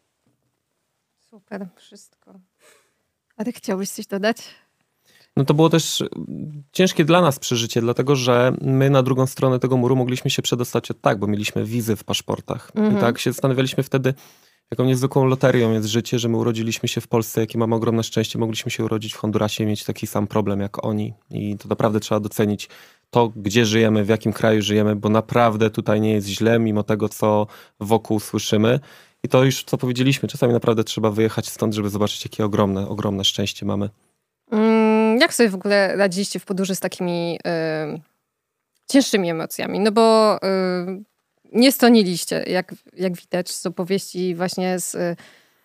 Super, wszystko. A ty chciałbyś coś dodać? No to było też ciężkie dla nas przeżycie, dlatego że my na drugą stronę tego muru mogliśmy się przedostać od tak, bo mieliśmy wizy w paszportach. Mm-hmm. I tak się zastanawialiśmy wtedy, jaką niezwykłą loterią jest życie, że my urodziliśmy się w Polsce, jakie mamy ogromne szczęście, mogliśmy się urodzić w Hondurasie i mieć taki sam problem jak oni. I to naprawdę trzeba docenić to, gdzie żyjemy, w jakim kraju żyjemy, bo naprawdę tutaj nie jest źle, mimo tego, co wokół słyszymy. I to już, co powiedzieliśmy, czasami naprawdę trzeba wyjechać stąd, żeby zobaczyć, jakie ogromne, ogromne szczęście mamy. Mm, jak sobie w ogóle radziliście w podróży z takimi y, cięższymi emocjami? No bo y, nie stoniliście, jak, jak widać z opowieści właśnie z, y,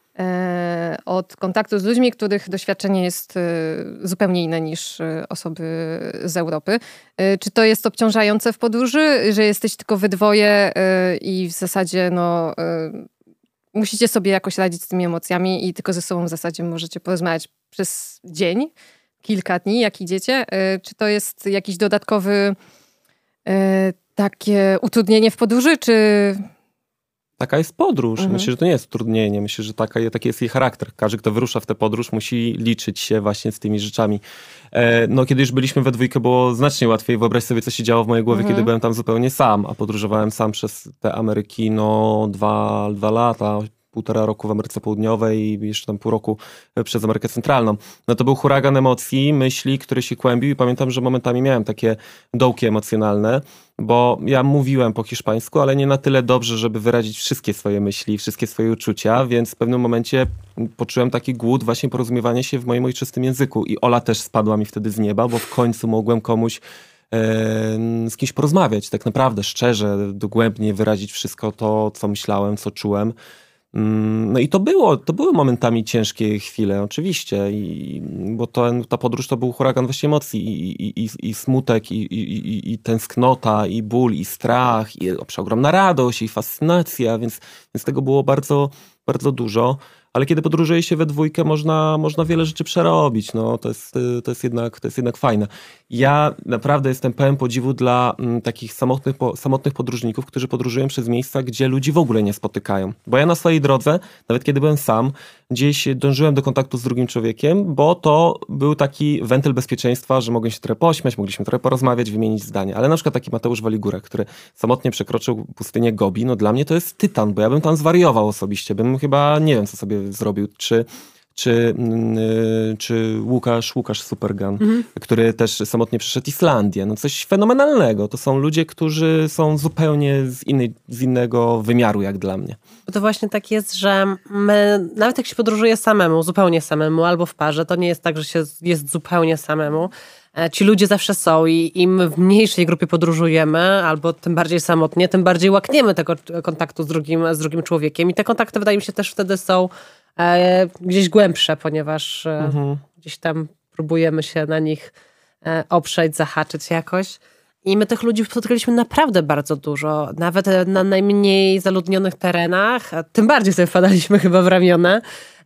od kontaktu z ludźmi, których doświadczenie jest y, zupełnie inne niż y, osoby z Europy. Y, czy to jest obciążające w podróży, że jesteś tylko we dwoje y, i w zasadzie no... Y, musicie sobie jakoś radzić z tymi emocjami i tylko ze sobą w zasadzie możecie porozmawiać przez dzień, kilka dni, jak idziecie? Czy to jest jakiś dodatkowy takie utrudnienie w podróży, czy... Taka jest podróż. Mhm. Myślę, że to nie jest utrudnienie. Myślę, że taka, taki jest jej charakter. Każdy, kto wyrusza w tę podróż, musi liczyć się właśnie z tymi rzeczami. E, no, kiedy już byliśmy we dwójkę, było znacznie łatwiej. Wyobraź sobie, co się działo w mojej głowie, mhm. kiedy byłem tam zupełnie sam, a podróżowałem sam przez te Ameryki, no, dwa, dwa lata, półtora roku w Ameryce Południowej i jeszcze tam pół roku przez Amerykę Centralną. No to był huragan emocji, myśli, który się kłębił i pamiętam, że momentami miałem takie dołki emocjonalne, bo ja mówiłem po hiszpańsku, ale nie na tyle dobrze, żeby wyrazić wszystkie swoje myśli, wszystkie swoje uczucia, więc w pewnym momencie poczułem taki głód właśnie porozumiewania się w moim ojczystym języku i Ola też spadła mi wtedy z nieba, bo w końcu mogłem komuś z kimś porozmawiać, tak naprawdę szczerze, dogłębnie wyrazić wszystko to, co myślałem, co czułem. No i to było, to były momentami ciężkie chwile, oczywiście, i, bo to, ta podróż to był huragan właśnie emocji i, i, i, i smutek, i, i, i tęsknota, i ból, i strach, i przeogromna radość, i fascynacja, więc, więc tego było bardzo, bardzo dużo. Ale kiedy podróżuje się we dwójkę, można, można wiele rzeczy przerobić. No, to, jest, to, jest jednak, to jest jednak fajne. Ja naprawdę jestem pełen podziwu dla m, takich samotnych, po, samotnych podróżników, którzy podróżują przez miejsca, gdzie ludzi w ogóle nie spotykają. Bo ja na swojej drodze, nawet kiedy byłem sam, gdzieś dążyłem do kontaktu z drugim człowiekiem, bo to był taki wentyl bezpieczeństwa, że mogłem się trochę pośmiać, mogliśmy trochę porozmawiać, wymienić zdania. Ale na przykład taki Mateusz Waligura, który samotnie przekroczył pustynię Gobi, no dla mnie to jest tytan, bo ja bym tam zwariował osobiście. Bym chyba, nie wiem, co sobie zrobił, czy, czy, yy, czy Łukasz, Łukasz Supergan, mhm. który też samotnie przeszedł Islandię. No coś fenomenalnego. To są ludzie, którzy są zupełnie z, innej, z innego wymiaru, jak dla mnie. Bo to właśnie tak jest, że my, nawet jak się podróżuje samemu, zupełnie samemu, albo w parze, to nie jest tak, że się jest zupełnie samemu. Ci ludzie zawsze są i im w mniejszej grupie podróżujemy, albo tym bardziej samotnie, tym bardziej łakniemy tego kontaktu z drugim, z drugim człowiekiem. I te kontakty, wydaje mi się, też wtedy są e, gdzieś głębsze, ponieważ e, mhm. gdzieś tam próbujemy się na nich e, oprzeć, zahaczyć jakoś. I my tych ludzi spotkaliśmy naprawdę bardzo dużo. Nawet na najmniej zaludnionych terenach. Tym bardziej sobie wpadaliśmy chyba w ramiona.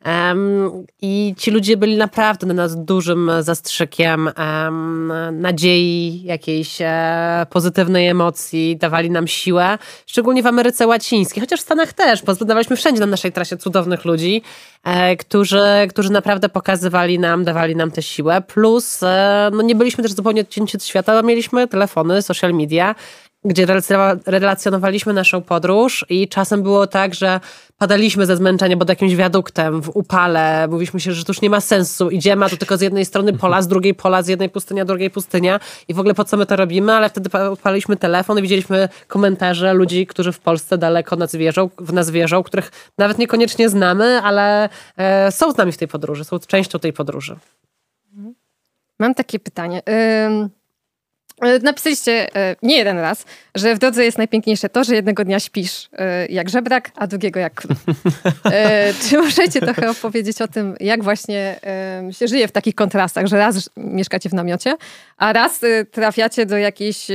Um, I ci ludzie byli naprawdę na nas dużym zastrzykiem um, nadziei, jakiejś e, pozytywnej emocji, dawali nam siłę, szczególnie w Ameryce Łacińskiej, chociaż w Stanach też, poznawaliśmy wszędzie na naszej trasie cudownych ludzi, e, którzy, którzy naprawdę pokazywali nam, dawali nam tę siłę, plus e, no nie byliśmy też zupełnie odcięci od świata, bo mieliśmy telefony, social media, gdzie relacjonowaliśmy naszą podróż i czasem było tak, że padaliśmy ze zmęczenia pod jakimś wiaduktem w upale, mówiliśmy się, że to już nie ma sensu, idziemy, a tu tylko z jednej strony pola, z drugiej pola, z jednej pustynia, drugiej pustynia i w ogóle po co my to robimy, ale wtedy odpaliliśmy telefon i widzieliśmy komentarze ludzi, którzy w Polsce daleko nas wierzą, w nas wierzą, których nawet niekoniecznie znamy, ale e, są z nami w tej podróży, są częścią tej podróży. Mam takie pytanie. Ym... Napisaliście nie jeden raz, że w drodze jest najpiękniejsze to, że jednego dnia śpisz jak żebrak, a drugiego jak król. Czy możecie trochę opowiedzieć o tym, jak właśnie się żyje w takich kontrastach, że raz mieszkacie w namiocie, a raz trafiacie do jakiejś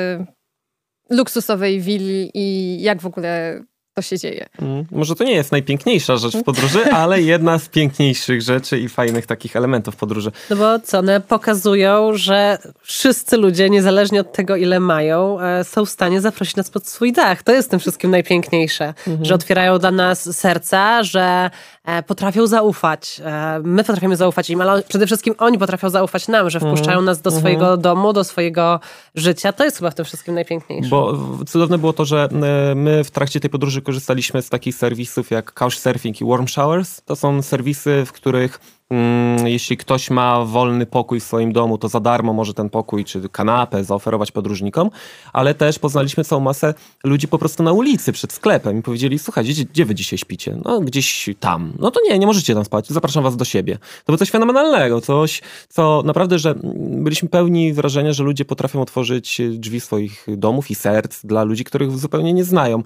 luksusowej willi i jak w ogóle to się dzieje? Hmm, może to nie jest najpiękniejsza rzecz w podróży, ale jedna z piękniejszych rzeczy i fajnych takich elementów podróży. No bo co, one pokazują, że wszyscy ludzie, niezależnie od tego, ile mają, są w stanie zaprosić nas pod swój dach. To jest tym wszystkim najpiękniejsze, mhm. że otwierają dla nas serca, że potrafią zaufać. My potrafimy zaufać im, ale przede wszystkim oni potrafią zaufać nam, że wpuszczają nas do swojego mm-hmm. domu, do swojego życia. To jest chyba w tym wszystkim najpiękniejsze. Bo cudowne było to, że my w trakcie tej podróży korzystaliśmy z takich serwisów jak Couchsurfing i Warm Showers. To są serwisy, w których mm, jeśli ktoś ma wolny pokój w swoim domu, to za darmo może ten pokój czy kanapę zaoferować podróżnikom, ale też poznaliśmy całą masę ludzi po prostu na ulicy, przed sklepem i powiedzieli, słuchajcie, gdzie, gdzie wy dzisiaj śpicie? No gdzieś tam. No to nie, nie możecie tam spać, zapraszam was do siebie. To było coś fenomenalnego, coś, co naprawdę, że byliśmy pełni wrażenia, że ludzie potrafią otworzyć drzwi swoich domów i serc dla ludzi, których zupełnie nie znają.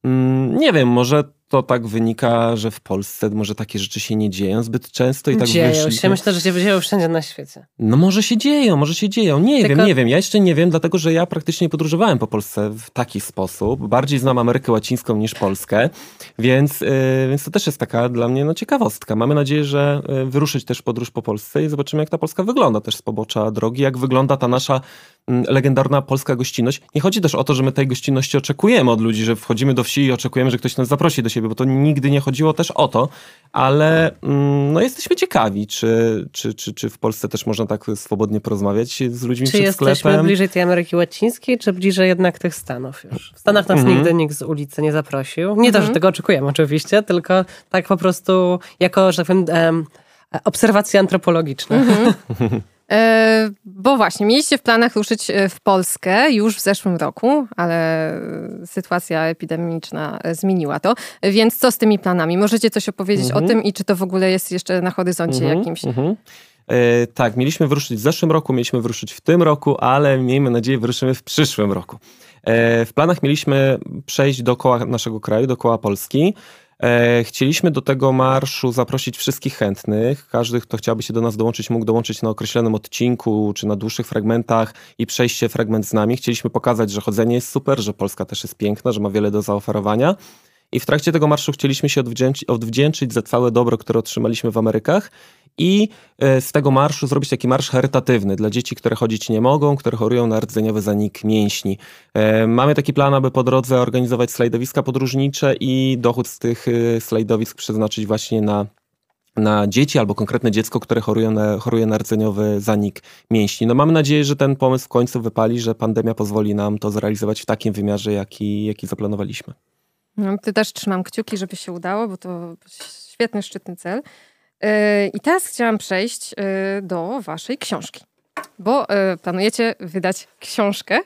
Nie wiem, może to tak wynika, że w Polsce może takie rzeczy się nie dzieją zbyt często i tak dzieją wyszli. się. Myślę, że się dzieją wszędzie na świecie. No może się dzieją, może się dzieją. Nie Tylko... wiem, nie wiem. Ja jeszcze nie wiem, dlatego że ja praktycznie podróżowałem po Polsce w taki sposób. Bardziej znam Amerykę Łacińską niż Polskę, więc, yy, więc to też jest taka dla mnie no, ciekawostka. Mamy nadzieję, że yy, wyruszyć też w podróż po Polsce i zobaczymy, jak ta Polska wygląda też z pobocza drogi, jak wygląda ta nasza yy, legendarna polska gościnność. Nie chodzi też o to, że my tej gościnności oczekujemy od ludzi, że wchodzimy do wsi i oczekujemy, że ktoś nas zaprosi do siebie, bo to nigdy nie chodziło też o to, ale mm, no jesteśmy ciekawi, czy, czy, czy, czy w Polsce też można tak swobodnie porozmawiać z ludźmi czy przed sklepem. Czy jesteśmy bliżej tej Ameryki Łacińskiej, czy bliżej jednak tych Stanów już? W Stanach nas mm-hmm. nigdy nikt z ulicy nie zaprosił. Nie mm-hmm. to, że tego oczekujemy oczywiście, tylko tak po prostu jako, że tak powiem, um, obserwacje antropologiczne. Mm-hmm. E, bo właśnie, mieliście w planach ruszyć w Polskę już w zeszłym roku, ale sytuacja epidemiczna zmieniła to. Więc co z tymi planami? Możecie coś opowiedzieć mm-hmm. o tym i czy to w ogóle jest jeszcze na horyzoncie mm-hmm. jakimś? Mm-hmm. E, tak, mieliśmy wyruszyć w zeszłym roku, mieliśmy wyruszyć w tym roku, ale miejmy nadzieję wyruszymy w przyszłym roku. E, w planach mieliśmy przejść dookoła naszego kraju, dookoła Polski. Chcieliśmy do tego marszu zaprosić wszystkich chętnych. Każdy, kto chciałby się do nas dołączyć, mógł dołączyć na określonym odcinku, czy na dłuższych fragmentach i przejść się fragment z nami. Chcieliśmy pokazać, że chodzenie jest super, że Polska też jest piękna, że ma wiele do zaoferowania. I w trakcie tego marszu chcieliśmy się odwdzięczyć, odwdzięczyć za całe dobro, które otrzymaliśmy w Amerykach i z tego marszu zrobić taki marsz charytatywny dla dzieci, które chodzić nie mogą, które chorują na rdzeniowy zanik mięśni. Mamy taki plan, aby po drodze organizować slajdowiska podróżnicze i dochód z tych slajdowisk przeznaczyć właśnie na na dzieci albo konkretne dziecko, które choruje na, choruje na rdzeniowy zanik mięśni. No mamy nadzieję, że ten pomysł w końcu wypali, że pandemia pozwoli nam to zrealizować w takim wymiarze, jaki, jaki zaplanowaliśmy. No, ty też trzymam kciuki, żeby się udało, bo to świetny, szczytny cel. I teraz chciałam przejść do waszej książki, bo planujecie wydać książkę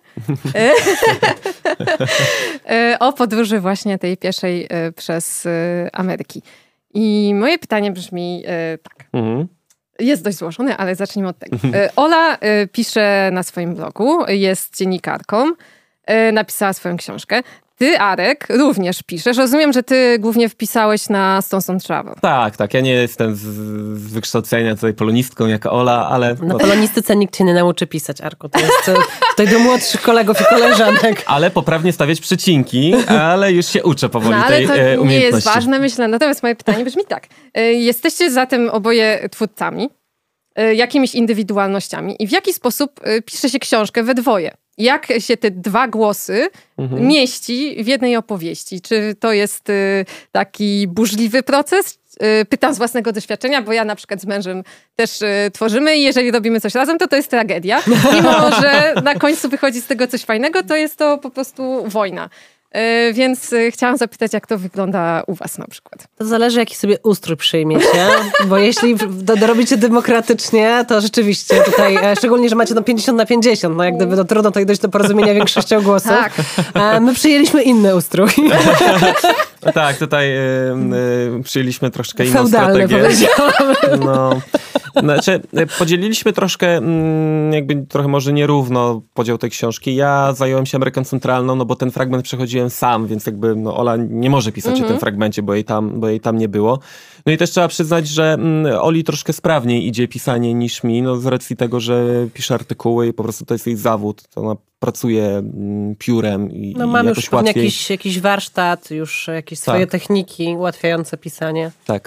o podróży właśnie tej pieszej przez Ameryki. I moje pytanie brzmi tak. Mhm. Jest dość złożone, ale zacznijmy od tego. Ola pisze na swoim blogu, jest dziennikarką, napisała swoją książkę. Ty, Arek, również piszesz. Rozumiem, że ty głównie wpisałeś na Stones on Travel. Tak, tak. Ja nie jestem z, z wykształcenia tutaj polonistką jak Ola, ale... Na polonistyce nikt cię nie nauczy pisać, Arku. To jest tutaj do młodszych kolegów i koleżanek. Ale poprawnie stawiać przecinki, ale już się uczę powoli no, tej umiejętności. Ale to nie jest ważne, myślę. Natomiast moje pytanie brzmi tak. Jesteście zatem oboje twórcami, jakimiś indywidualnościami i w jaki sposób pisze się książkę we dwoje? Jak się te dwa głosy mhm. mieści w jednej opowieści? Czy to jest y, taki burzliwy proces? Y, pytam z własnego doświadczenia, bo ja na przykład z mężem też y, tworzymy i jeżeli robimy coś razem, to to jest tragedia. Mimo, że na końcu wychodzi z tego coś fajnego, to jest to po prostu wojna. Yy, więc yy, chciałam zapytać, jak to wygląda u was na przykład. To zależy, jaki sobie ustrój przyjmiecie, bo jeśli do, dorobicie demokratycznie, to rzeczywiście tutaj, e, szczególnie, że macie no pięćdziesiąt na pięćdziesiąt, no jak gdyby no, trudno tutaj dojść do porozumienia większością głosów. Tak. E, my przyjęliśmy inny ustrój. No tak, tutaj y, y, przyjęliśmy troszkę inną Feudalny, strategię. No, znaczy, podzieliliśmy troszkę, mm, jakby trochę może nierówno podział tej książki. Ja zająłem się Ameryką Centralną, no bo ten fragment przechodziłem sam, więc jakby no, Ola nie może pisać mm-hmm. o tym fragmencie, bo jej, tam, bo jej tam nie było. No i też trzeba przyznać, że mm, Oli troszkę sprawniej idzie pisanie niż mi, no z racji tego, że pisze artykuły i po prostu to jest jej zawód. To ona pracuje mm, piórem i, no, i mam jakoś już łatwiej. Jakiś, jakiś warsztat, już jakieś swoje tak. techniki ułatwiające pisanie. Tak.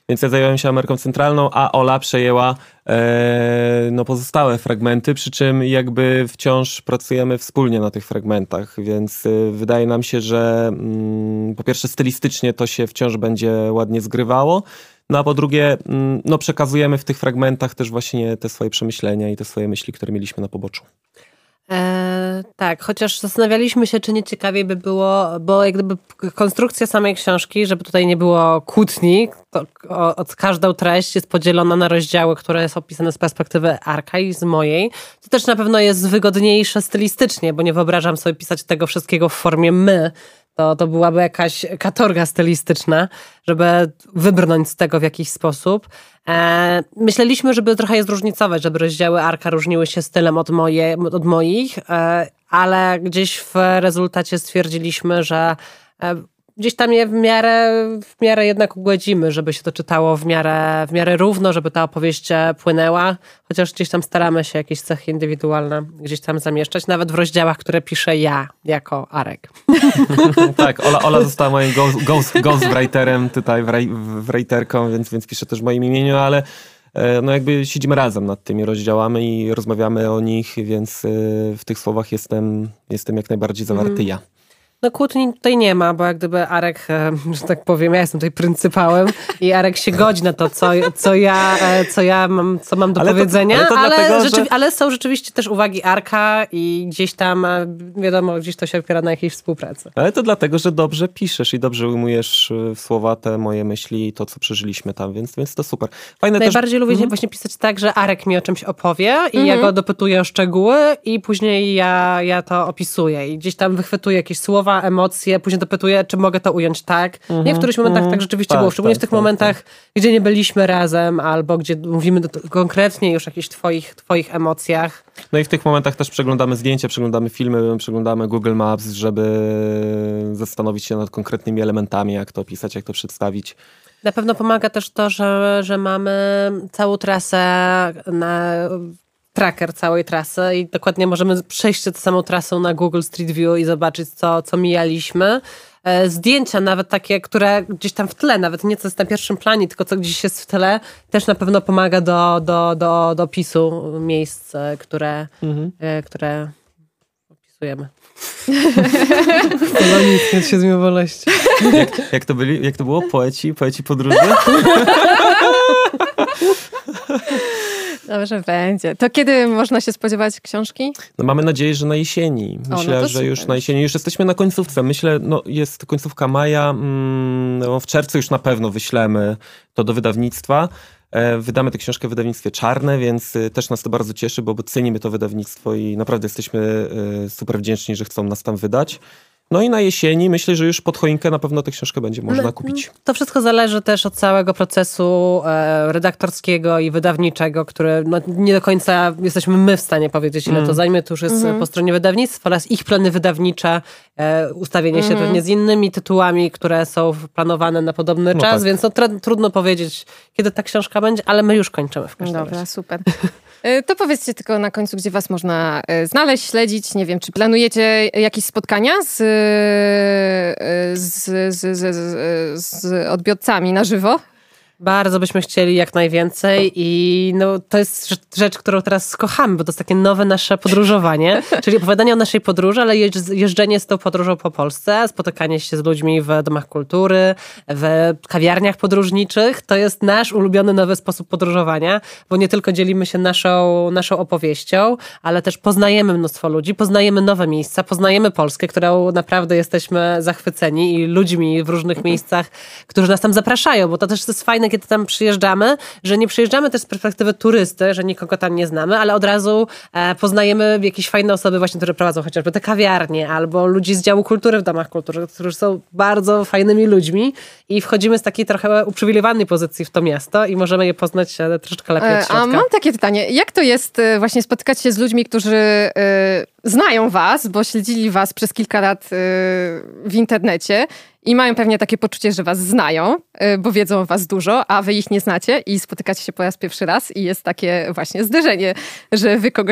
Więc ja zająłem się Ameryką Centralną, a Ola przejęła e, no, pozostałe fragmenty, przy czym jakby wciąż pracujemy wspólnie na tych fragmentach, więc e, wydaje nam się, że mm, po pierwsze stylistycznie to się wciąż będzie ładnie zgrywało, no a po drugie mm, no, przekazujemy w tych fragmentach też właśnie te swoje przemyślenia i te swoje myśli, które mieliśmy na poboczu. E, tak, chociaż zastanawialiśmy się, czy nie ciekawiej by było, bo jak gdyby konstrukcja samej książki, żeby tutaj nie było kłótni, to o, o, każdą treść jest podzielona na rozdziały, które są opisane z perspektywy Arka i z mojej. To też na pewno jest wygodniejsze stylistycznie, bo nie wyobrażam sobie pisać tego wszystkiego w formie my. To, to byłaby jakaś katorga stylistyczna, żeby wybrnąć z tego w jakiś sposób. E, myśleliśmy, żeby trochę je zróżnicować, żeby rozdziały Arka różniły się stylem od, moje, od moich, e, ale gdzieś w rezultacie stwierdziliśmy, że e, gdzieś tam je w miarę, w miarę jednak ugładzimy, żeby się to czytało w miarę, w miarę równo, żeby ta opowieść płynęła, chociaż gdzieś tam staramy się jakieś cechy indywidualne gdzieś tam zamieszczać, nawet w rozdziałach, które piszę ja, jako Arek. Tak, Ola, Ola została moim ghost, ghost, ghostwriterem tutaj, writerką, więc, więc piszę też w moim imieniu, ale no jakby siedzimy razem nad tymi rozdziałami i rozmawiamy o nich, więc w tych słowach jestem, jestem jak najbardziej zawarty mm. ja. No kłótni tutaj nie ma, bo jak gdyby Arek, że tak powiem, ja jestem tutaj pryncypałem i Arek się godzi na to, co, co, ja, co ja mam, co mam do ale powiedzenia, to, ale, to ale, dlatego, rzeczywi- że... ale są rzeczywiście też uwagi Arka i gdzieś tam, wiadomo, gdzieś to się opiera na jakiejś współpracy. Ale to dlatego, że dobrze piszesz i dobrze ujmujesz w słowa te moje myśli i to, co przeżyliśmy tam, więc, więc to super. Fajne Najbardziej też... lubię mm-hmm. właśnie pisać tak, że Arek mi o czymś opowie i mm-hmm. ja go dopytuję o szczegóły i później ja, ja to opisuję i gdzieś tam wychwytuję jakieś słowa, emocje, później dopytuję, czy mogę to ująć tak. Mm-hmm. Nie, w których momentach mm-hmm. tak rzeczywiście tak, było. Szczególnie tak, w tych tak, momentach, tak. gdzie nie byliśmy razem, albo gdzie mówimy do, konkretnie już o jakichś twoich, twoich emocjach. No i w tych momentach też przeglądamy zdjęcia, przeglądamy filmy, przeglądamy Google Maps, żeby zastanowić się nad konkretnymi elementami, jak to opisać, jak to przedstawić. Na pewno pomaga też to, że, że mamy całą trasę na... tracker całej trasy i dokładnie możemy przejść tę samą trasą na Google Street View i zobaczyć, co, co mijaliśmy. Zdjęcia nawet takie, które gdzieś tam w tle, nawet nie co jest na pierwszym planie, tylko co gdzieś jest w tle, też na pewno pomaga do, do, do, do opisu miejsc, które, mhm. które opisujemy. Polonijskie się z miłowości. Jak, jak to byli? Jak to było? Poeci? Poeci podróży? Dobrze będzie. To kiedy można się spodziewać książki? No mamy nadzieję, że na jesieni. Myślę, o, no że super. Już na jesieni. Już jesteśmy na końcówce. Myślę, no jest końcówka maja. Mm, no w czerwcu już na pewno wyślemy to do wydawnictwa. E, wydamy tę książkę w wydawnictwie Czarne, więc y, też nas to bardzo cieszy, bo, bo cenimy to wydawnictwo i naprawdę jesteśmy y, super wdzięczni, że chcą nas tam wydać. No i na jesieni myślę, że już pod choinkę na pewno tę książkę będzie można kupić. To wszystko zależy też od całego procesu e, redaktorskiego i wydawniczego, który no, nie do końca jesteśmy my w stanie powiedzieć, ile mm. to zajmie. To już jest mm-hmm. po stronie wydawnictwa oraz ich plany wydawnicze, e, ustawienie mm-hmm. się pewnie z innymi tytułami, które są planowane na podobny no czas, tak. więc no, tr- trudno powiedzieć, kiedy ta książka będzie, ale my już kończymy w każdym razie. Dobra, super. To powiedzcie tylko na końcu, gdzie was można znaleźć, śledzić. Nie wiem, czy planujecie jakieś spotkania z, z, z, z, z odbiorcami na żywo? Bardzo byśmy chcieli jak najwięcej i no, to jest rzecz, którą teraz kochamy, bo to jest takie nowe nasze podróżowanie, czyli opowiadanie o naszej podróży, ale jeżdżenie z tą podróżą po Polsce, spotykanie się z ludźmi w domach kultury, w kawiarniach podróżniczych. To jest nasz ulubiony nowy sposób podróżowania, bo nie tylko dzielimy się naszą, naszą opowieścią, ale też poznajemy mnóstwo ludzi, poznajemy nowe miejsca, poznajemy Polskę, którą naprawdę jesteśmy zachwyceni i ludźmi w różnych miejscach, którzy nas tam zapraszają, bo to też jest fajne, kiedy tam przyjeżdżamy, że nie przyjeżdżamy też z perspektywy turysty, że nikogo tam nie znamy, ale od razu e, poznajemy jakieś fajne osoby właśnie, które prowadzą chociażby te kawiarnie, albo ludzi z działu kultury w domach kultury, którzy są bardzo fajnymi ludźmi i wchodzimy z takiej trochę uprzywilejowanej pozycji w to miasto i możemy je poznać e, troszeczkę lepiej od środka. A mam takie pytanie, jak to jest e, właśnie spotykać się z ludźmi, którzy e, znają was, bo śledzili was przez kilka lat e, w internecie i mają pewnie takie poczucie, że was znają, bo wiedzą o was dużo, a wy ich nie znacie i spotykacie się po raz pierwszy raz i jest takie właśnie zderzenie, że wy kogoś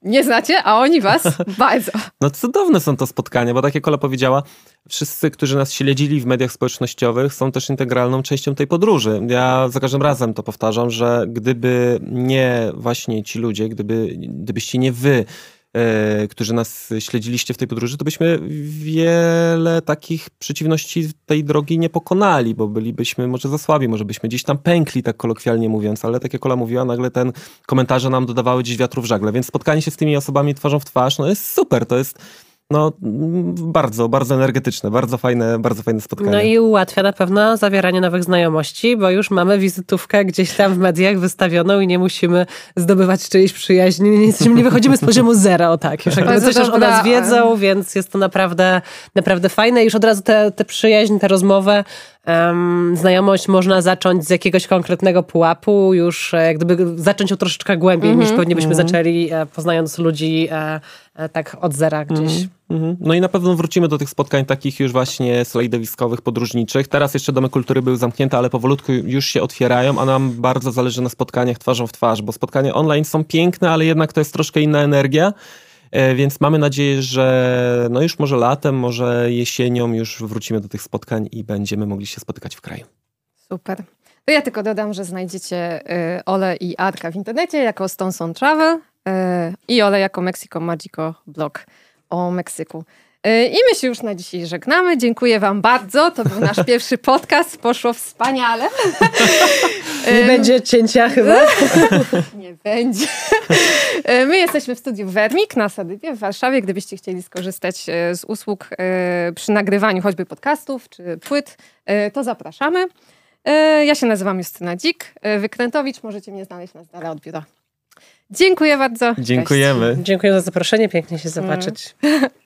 nie znacie, a oni was bardzo. No cudowne są to spotkania, bo tak jak Ola powiedziała, wszyscy, którzy nas śledzili w mediach społecznościowych, są też integralną częścią tej podróży. Ja za każdym razem to powtarzam, że gdyby nie właśnie ci ludzie, gdyby, gdybyście nie wy, e, którzy nas śledziliście w tej podróży, to byśmy wiele takich przeciwności tej drogi nie pokonali, bo bylibyśmy może za słabi, może byśmy gdzieś tam pękli, tak kolokwialnie mówiąc, ale tak jak Ola mówiła, nagle ten komentarze nam dodawały gdzieś wiatru w żagle, więc spotkanie się z tymi osobami twarzą w twarz, no jest super, to jest no bardzo, bardzo energetyczne, bardzo fajne, bardzo fajne spotkanie. No i ułatwia na pewno zawieranie nowych znajomości, bo już mamy wizytówkę gdzieś tam w mediach wystawioną i nie musimy zdobywać czyjejś przyjaźni, nie, jesteśmy, nie wychodzimy z poziomu zera, o tak. Już jakby coś już o nas wiedzą, więc jest to naprawdę, naprawdę fajne. Już od razu tę te, te przyjaźń, tę rozmowę, Um, znajomość można zacząć z jakiegoś konkretnego pułapu, już e, jak gdyby zacząć ją troszeczkę głębiej, mm-hmm. niż pewnie byśmy mm-hmm. zaczęli, e, poznając ludzi e, e, tak od zera gdzieś. Mm-hmm. No i na pewno wrócimy do tych spotkań takich już właśnie slajdowiskowych, podróżniczych. Teraz jeszcze domy kultury były zamknięte, ale powolutku już się otwierają, a nam bardzo zależy na spotkaniach twarzą w twarz, bo spotkania online są piękne, ale jednak to jest troszkę inna energia. Więc mamy nadzieję, że no już może latem, może jesienią już wrócimy do tych spotkań i będziemy mogli się spotykać w kraju. Super. To ja tylko dodam, że znajdziecie y, Olę i Arka w internecie jako Stones on Travel y, i Olę jako Mexico Magico blog o Meksyku. Y, I my się już na dzisiaj żegnamy. Dziękuję wam bardzo. To był nasz pierwszy podcast. Poszło wspaniale. Nie będzie cięcia chyba? Nie będzie. My jesteśmy w studiu Wermik na Sadybie w Warszawie. Gdybyście chcieli skorzystać z usług przy nagrywaniu choćby podcastów czy płyt, to zapraszamy. Ja się nazywam Justyna Dzik. Wykrętowicz. Możecie mnie znaleźć na dala od biura. Dziękuję bardzo. Dziękujemy. Cześć. Dziękuję za zaproszenie. Pięknie się zobaczyć. Mm.